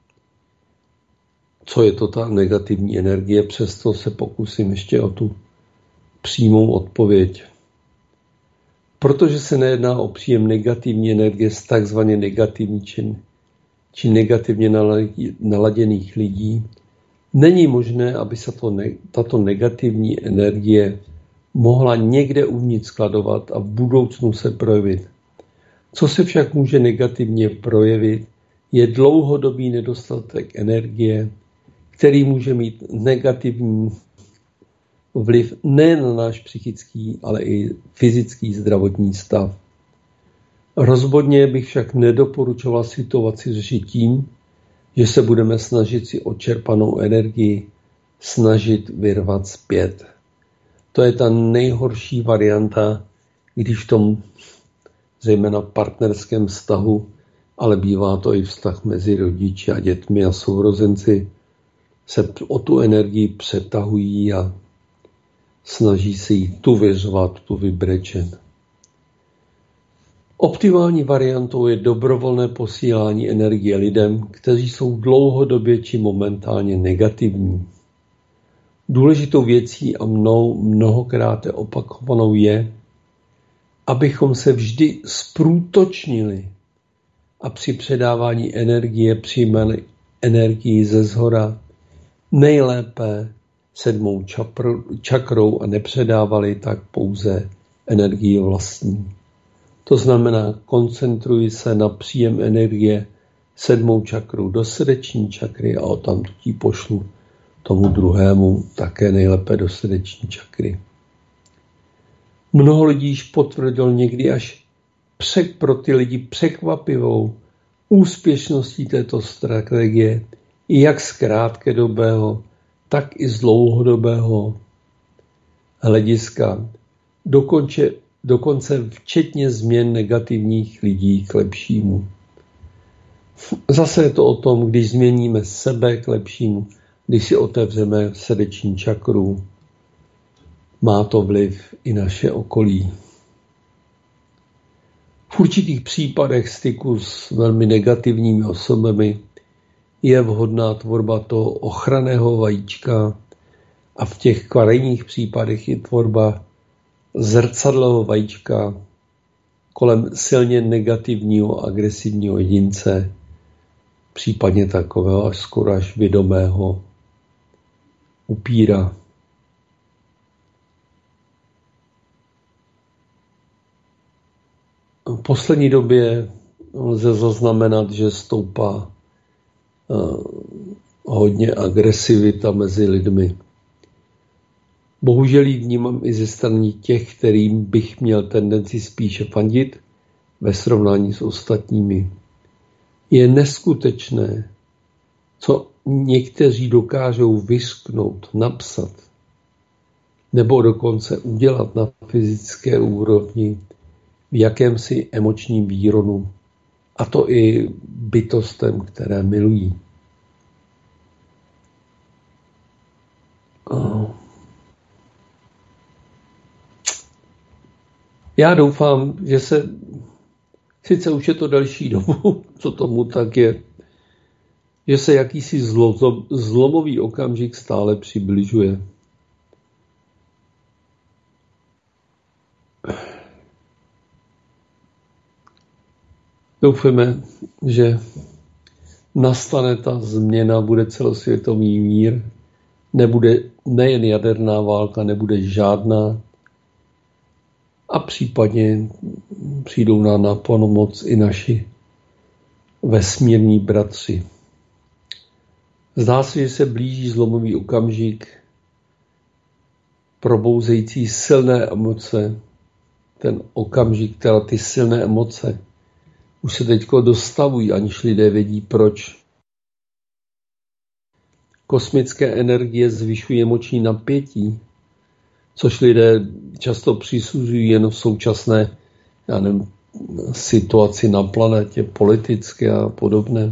co je to ta negativní energie, přesto se pokusím ještě o tu přímou odpověď. Protože se nejedná o příjem negativní energie z takzvaně negativní či negativně naladěných lidí, není možné, aby se tato negativní energie mohla někde uvnitř skladovat a v budoucnu se projevit. Co se však může negativně projevit, je dlouhodobý nedostatek energie, který může mít negativní vliv nejen na náš psychický, ale i fyzický zdravotní stav. Rozhodně bych však nedoporučoval situaci řešit tím, že se budeme snažit si odčerpanou energii snažit vyrvat zpět. To je ta nejhorší varianta, když v tom zejména partnerském vztahu ale bývá to i vztah mezi rodiči a dětmi a sourozenci se o tu energii přetahují a snaží se jí tu vyřvat, tu vybrečet. Optimální variantou je dobrovolné posílání energie lidem, kteří jsou dlouhodobě či momentálně negativní. Důležitou věcí a mnou mnohokrát opakovanou je, abychom se vždy zprůtočnili a při předávání energie přijímali energii ze zhora, nejlépe 7. čakrou a nepředávali tak pouze energii vlastní. To znamená, koncentruji se na příjem energie 7. čakrou do srdeční čakry a odtamtud ji pošlu tomu druhému také nejlépe do srdeční čakry. Mnoho lidí již potvrdil někdy až pro ty lidi překvapivou úspěšností této strategie, jak z krátkodobého, tak i z dlouhodobého hlediska, dokonce včetně změn negativních lidí k lepšímu. Zase je to o tom, když změníme sebe k lepšímu, když si otevřeme srdeční čakru, má to vliv i naše okolí. V určitých případech styku s velmi negativními osobami je vhodná tvorba toho ochranného vajíčka a v těch krajních případech je tvorba zrcadlového vajíčka kolem silně negativního agresivního jedince, případně takového až skoro až vědomého upíra. V poslední době lze zaznamenat, že stoupá hodně agresivita mezi lidmi. Bohužel ji vnímám i ze strany těch, kterým bych měl tendenci spíše fandit ve srovnání s ostatními. Je neskutečné, co někteří dokážou vyřknout, napsat nebo dokonce udělat na fyzické úrovni v jakémsi emočním výronu, a to i bytostem, které milují. Já doufám, že se, sice už je to delší dobu, co tomu tak je, že se jakýsi zlomový okamžik stále přibližuje. Doufáme, že nastane ta změna, bude celosvětový mír, nebude nejen jaderná válka, nebude žádná a případně přijdou na pomoc i naši vesmírní bratři. Zdá se, že se blíží zlomový okamžik, probouzející silné emoce, ten okamžik, teda ty silné emoce už se teďko dostavují, aniž lidé vědí proč. Kosmické energie zvyšují emoční napětí, což lidé často přisuzují jen v současné situaci na planetě, politické a podobné.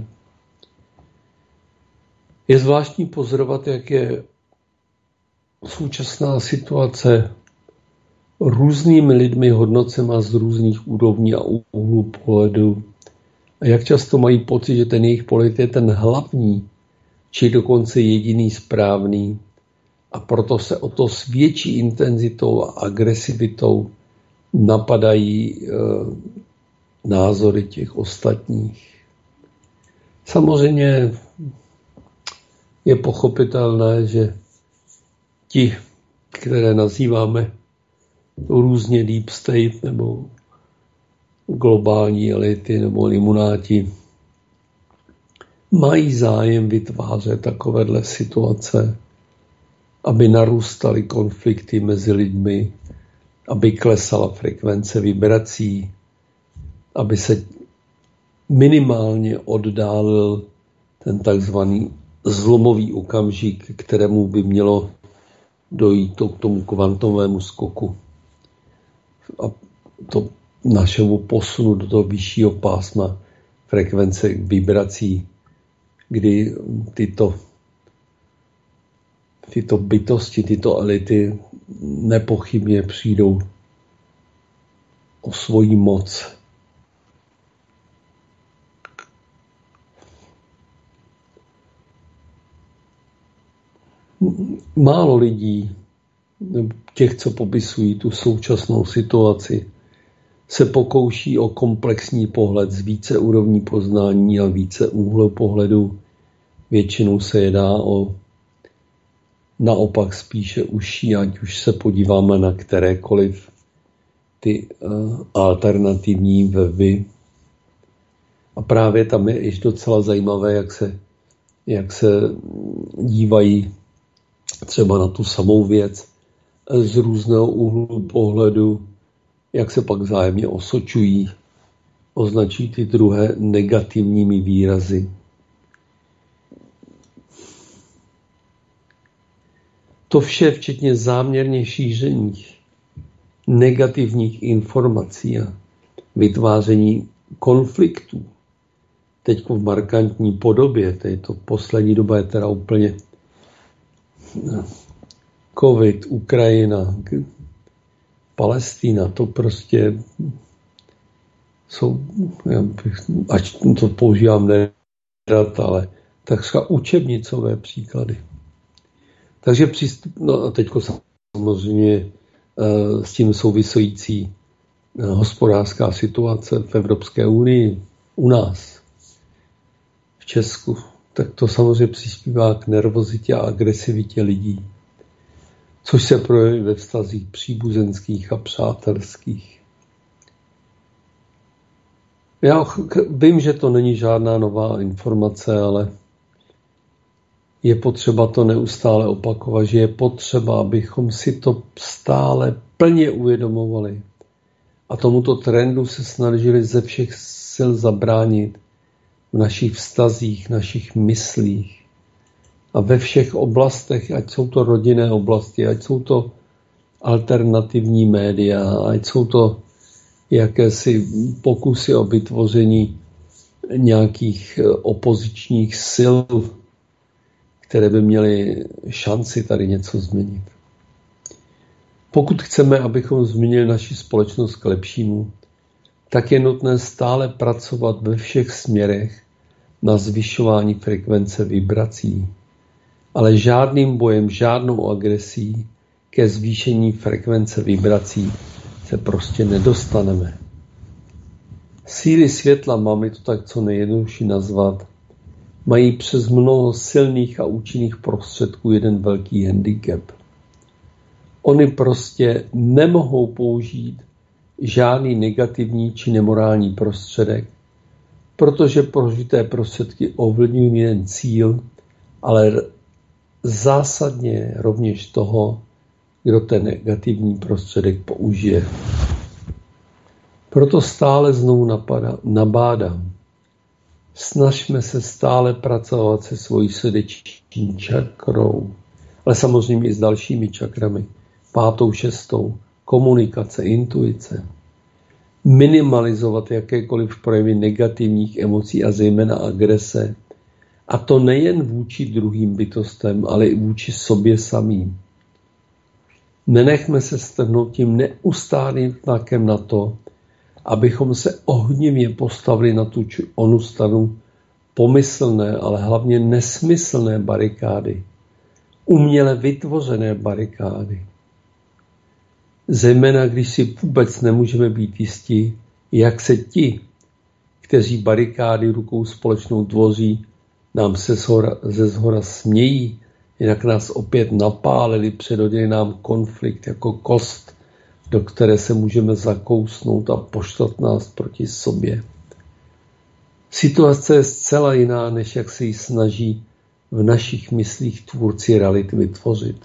Je zvláštní pozorovat, jak je současná situace různými lidmi hodnocena z různých úrovní a úhlů pohledu. A jak často mají pocit, že ten jejich pohled je ten hlavní, či dokonce jediný správný. A proto se o to s větší intenzitou a agresivitou napadají názory těch ostatních. Samozřejmě je pochopitelné, že ti, které nazýváme různě deep state nebo globální elity nebo limunáti, mají zájem vytvářet takovéhle situace, aby narůstaly konflikty mezi lidmi, aby klesala frekvence vibrací, aby se minimálně oddálil ten takzvaný zlomový okamžik, kterému by mělo dojít k tomu kvantovému skoku a to našemu posunu do toho vyššího pásma frekvence vibrací, kdy tyto bytosti, tyto elity nepochybně přijdou o svoji moc. Málo lidí, těch, co popisují tu současnou situaci, se pokouší o komplexní pohled z více úrovní poznání a více úhlu pohledu. Většinou se jedná o naopak spíše užší, ať už se podíváme na kterékoliv ty alternativní weby. A právě tam je již docela zajímavé, jak se dívají třeba na tu samou věc z různého úhlu pohledu, jak se pak vzájemně osočují, označí ty druhé negativními výrazy. To vše, včetně záměrně šířených negativních informací a vytváření konfliktů, teď v markantní podobě, to poslední doba je teda úplně COVID, Ukrajina, Palestina, to prostě jsou, ať to používám nerad, ale takřka učebnicové příklady. Takže no a teď samozřejmě s tím související hospodářská situace v Evropské unii, u nás, v Česku, tak to samozřejmě přispívá k nervozitě a agresivitě lidí, což se projeví ve vztazích příbuzenských a přátelských. Já vím, že to není žádná nová informace, ale je potřeba to neustále opakovat, že je potřeba, abychom si to stále plně uvědomovali a tomuto trendu se snažili ze všech sil zabránit v našich vztazích, našich myslích a ve všech oblastech, ať jsou to rodinné oblasti, ať jsou to alternativní média, ať jsou to jakési pokusy o vytvoření nějakých opozičních sil, které by měly šanci tady něco změnit. Pokud chceme, abychom změnili naši společnost k lepšímu, tak je nutné stále pracovat ve všech směrech na zvyšování frekvence vibrací, ale žádným bojem, žádnou agresí ke zvýšení frekvence vibrací se prostě nedostaneme. Síly světla, máme to tak co nejjednodušší nazvat, mají přes mnoho silných a účinných prostředků jeden velký handicap. Oni prostě nemohou použít žádný negativní či nemorální prostředek, protože použité prostředky ovlivňují jen cíl, ale zásadně rovněž toho, kdo ten negativní prostředek použije. Proto stále znovu nabádám. Snažme se stále pracovat se svojí srdeční čakrou, ale samozřejmě i s dalšími čakrami, 5., 6., komunikace, intuice. Minimalizovat jakékoliv projevy negativních emocí a zejména agrese, a to nejen vůči druhým bytostem, ale i vůči sobě samým. Nenechme se strhnout tím neustálým tlakem na to, abychom se ohnivě postavili na tu či onu stranu pomyslné, ale hlavně nesmyslné barikády, uměle vytvořené barikády. Zejména když si vůbec nemůžeme být jistí, jak se ti, kteří barikády rukou společnou tvoří, nám ze zhora smějí, jinak nás opět napálili, předhodili nám konflikt jako kost, do které se můžeme zakousnout a poštvat nás proti sobě. Situace je zcela jiná, než jak se ji snaží v našich myslích tvůrci reality vytvořit.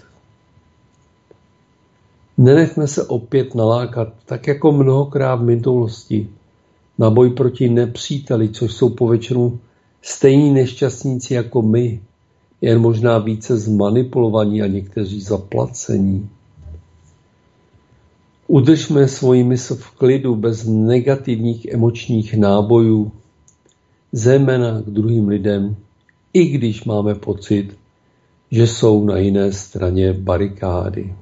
Nenechme se opět nalákat, tak jako mnohokrát v minulosti, na boj proti nepříteli, což jsou povětšinou stejní nešťastníci jako my, jen možná více zmanipulovaní a někteří zaplacení. Udržme svoji mysl v klidu bez negativních emočních nábojů zejména k druhým lidem, i když máme pocit, že jsou na jiné straně barikády.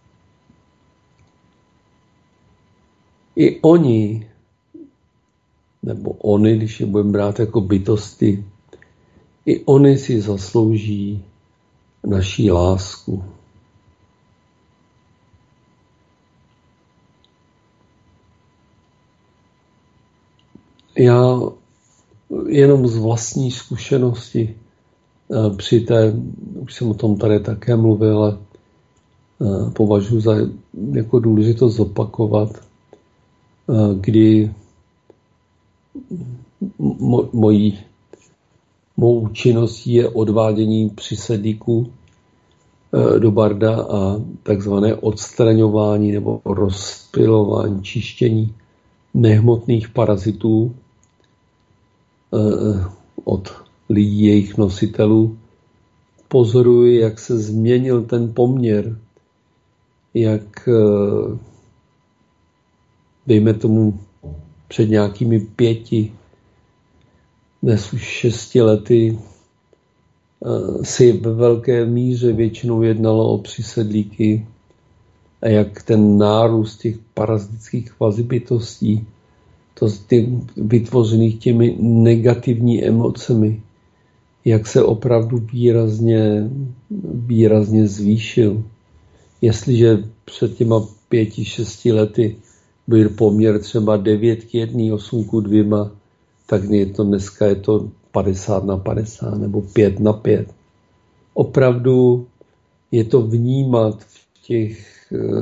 I oni, nebo oni, když je budeme brát jako bytosti, i oni si zaslouží naší lásku. Já jenom z vlastní zkušenosti už jsem o tom tady také mluvil, ale považuji za jako důležitost zopakovat, kdy mou činností je odvádění přisedlíků do barda a takzvané odstraňování nebo rozpylování, čištění nehmotných parazitů od lidí, jejich nositelů. Pozoruji, jak se změnil ten poměr, jak dejme tomu před nějakými 5, dnes už 6 lety si ve velké míře většinou jednalo o přisedlíky a jak ten nárůst těch parazitických kvazibytostí, vytvořených těmi negativní emocemi, jak se opravdu výrazně zvýšil. Jestliže před těma 5-6 lety byl poměr třeba 9:1, 8:2, tak dneska je to 50:50 nebo 5:5. Opravdu je to vnímat v těch,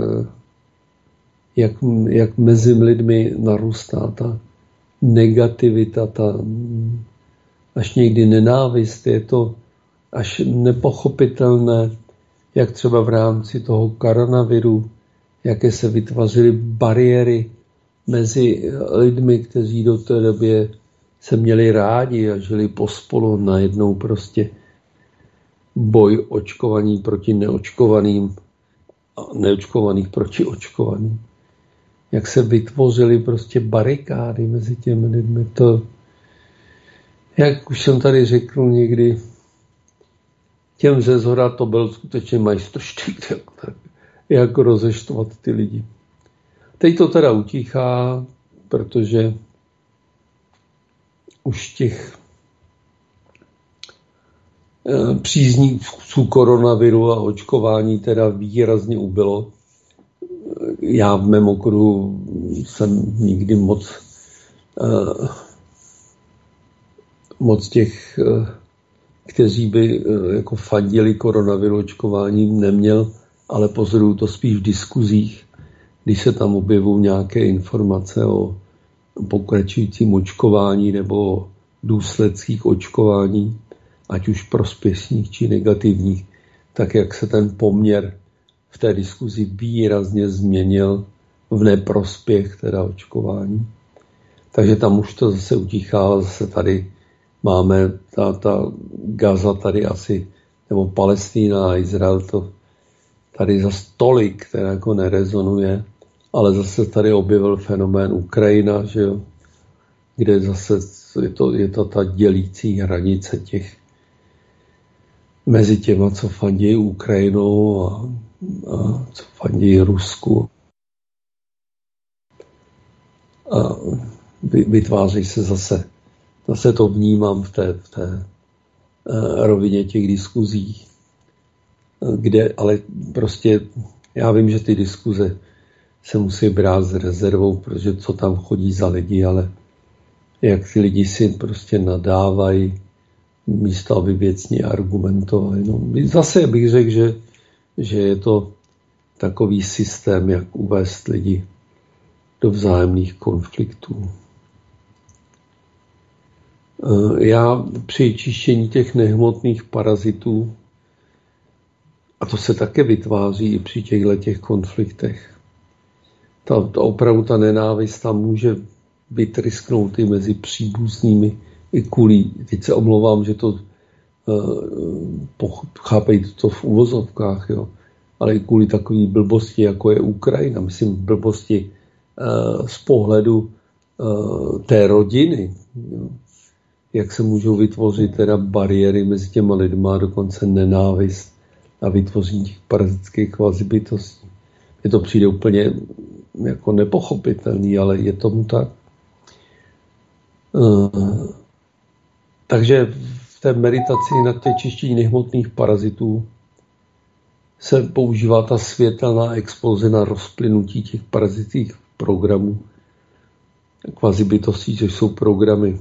jak mezi lidmi narůstá ta negativita, až někdy nenávist, je to až nepochopitelné, jak třeba v rámci toho koronaviru, jaké se vytvořily bariéry mezi lidmi, kteří do té doby se měli rádi a žili pospolu, najednou prostě boj očkovaní proti neočkovaným a neočkovaných proti očkovaným. Jak se vytvořily prostě barikády mezi těmi lidmi. To, jak už jsem tady řekl někdy, těm ze zhora to byl skutečně majstrštyk, jak rozeštvat ty lidi. Teď to teda utichá, protože už těch příznivců koronaviru a očkování teda výrazně ubylo. Já v mém okruhu jsem nikdy moc těch, kteří by jako fandili koronaviru očkováním, neměl, ale pozoruju to spíš v diskuzích, když se tam objevují nějaké informace o pokračujícím očkování nebo o důsledcích očkování, ať už prospěšných či negativních, tak jak se ten poměr v té diskuzi výrazně změnil v neprospěch teda očkování. Takže tam už to zase utichá, ale zase tady máme ta Gaza tady asi, nebo Palestína a Izrael, to tady zase tolik teda jako nerezonuje, ale zase tady objevil fenomén Ukrajina, že jo, kde zase je to ta dělící hranice těch mezi těma, co fandí Ukrajinou a co fandí Rusku. A vytváří se zase to vnímám v té rovině těch diskuzí, kde, ale prostě já vím, že ty diskuze se musí brát s rezervou, protože co tam chodí za lidi, ale jak ty lidi si prostě nadávají, místo aby věcně argumentovali. No, zase bych řekl, že je to takový systém, jak uvést lidi do vzájemných konfliktů. Já při čištění těch nehmotných parazitů, a to se také vytváří i při těch konfliktech, opravdu ta nenávist tam může vytrysknout i mezi příbuznými i kvůli, teď se omlouvám, že to chápejte to v uvozovkách, jo, ale i kvůli takové blbosti, jako je Ukrajina, myslím blbosti z pohledu té rodiny, jo. jak se můžou vytvořit teda bariéry mezi těma lidma, dokonce nenávist a vytvoření těch parazitských kvazibytostí. Mně to přijde úplně jako nepochopitelný, ale je tomu tak. Takže v té meditaci na té čištění nehmotných parazitů se používá ta světelná exploze na rozplynutí těch parazitních programů, kvazibytostí, což jsou programy.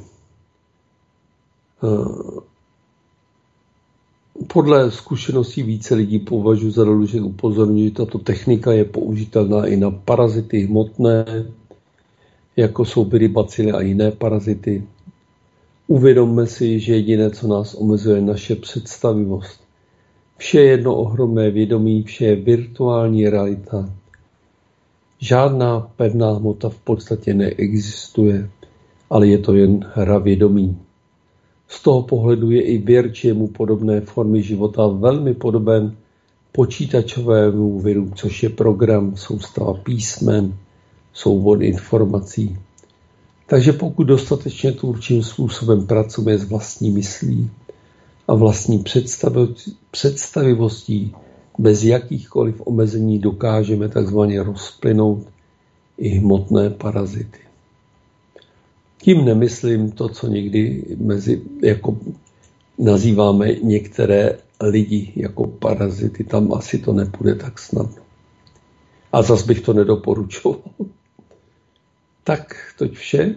Podle zkušeností více lidí považuji za důležité upozornit, že tato technika je použitelná i na parazity hmotné, jako jsou viry, bacily a jiné parazity. Uvědomme si, že jediné, co nás omezuje, je naše představivost. Vše je jedno ohromné vědomí, vše je virtuální realita. Žádná pevná hmota v podstatě neexistuje, ale je to jen hra vědomí. Z toho pohledu je i vir či jemu podobné formy života velmi podoben počítačovému viru, což je program, soustava písmen, soubor informací. Takže pokud dostatečně tvůrčím způsobem pracujeme s vlastní myslí a vlastní představivostí, bez jakýchkoliv omezení dokážeme takzvaně rozplynout i hmotné parazity. Tím nemyslím to, co někdy jako nazýváme některé lidi jako parazity. Tam asi to nepůjde tak snadno. A zas bych to nedoporučoval. Tak, toť vše.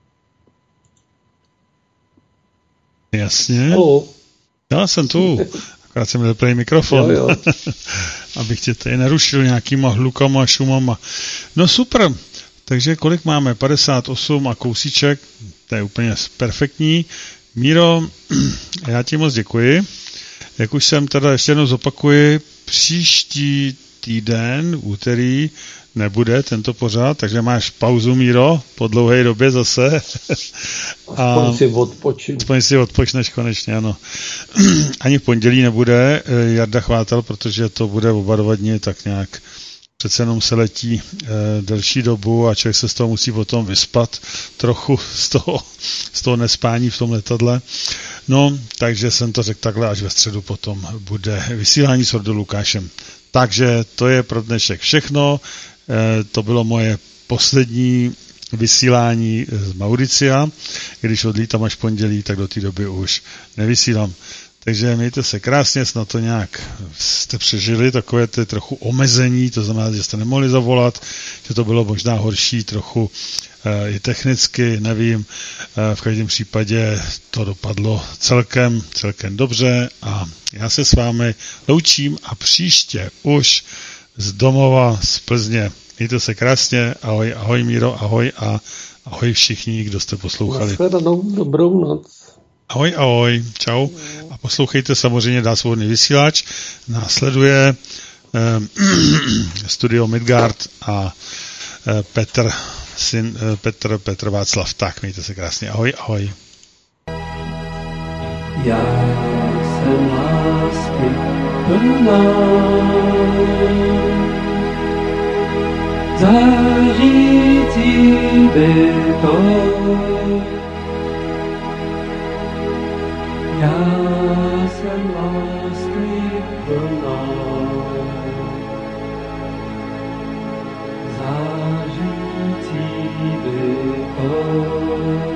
Jasně. Halo. Já jsem tu. Akorát jsem měl plný mikrofon. Jo. Abych tě tady nerušil nějakýma hlukama, šumama. No super. Takže kolik máme? 58 a kousíček. To je úplně perfektní. Míro, já ti moc děkuji. Jak už jsem teda ještě jednou zopakuji, příští týden, úterý, nebude tento pořád, takže máš pauzu, Míro, po dlouhé době zase. Aspoň si odpočinu. Aspoň si odpočneš konečně, ano. Ani v pondělí nebude Jarda Chvátal, protože to bude oba 2 dny, tak nějak přece jenom se letí delší dobu a člověk se z toho musí potom vyspat trochu z toho nespání v tom letadle. No, takže jsem to řekl takhle, až ve středu potom bude vysílání s Ordou Lukášem. Takže to je pro dnešek všechno. To bylo moje poslední vysílání z Mauricia. Když odlítám až pondělí, tak do té doby už nevysílám. Takže mějte se krásně, snad to nějak jste přežili, takové ty trochu omezení, to znamená, že jste nemohli zavolat, že to bylo možná horší trochu i technicky, nevím. V každém případě to dopadlo celkem dobře a já se s vámi loučím a příště už z domova z Plzně. Mějte se krásně, ahoj Míro, ahoj a ahoj všichni, kdo jste poslouchali. Nashledanou, dobrou noc. Ahoj, čau. A poslouchejte samozřejmě Dá svobodný vysílač. Následuje Studio Midgard a Petr Václav. Tak, mějte se krásně. Ahoj. Já jsem lásky plná, zářící bytost. Já jsem lásky plná, zářící bytost.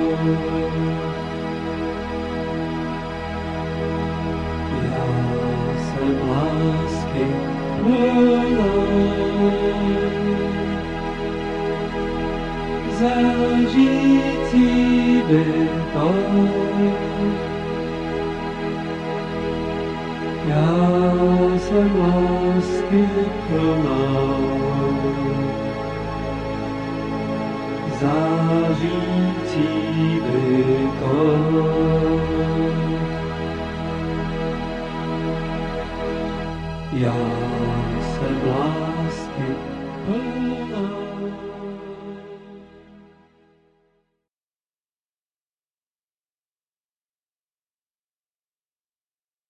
Já jsem lásky plná, zářící bytost. Já jsem lásky plná, zářící bytost. Já jsem lásky plná.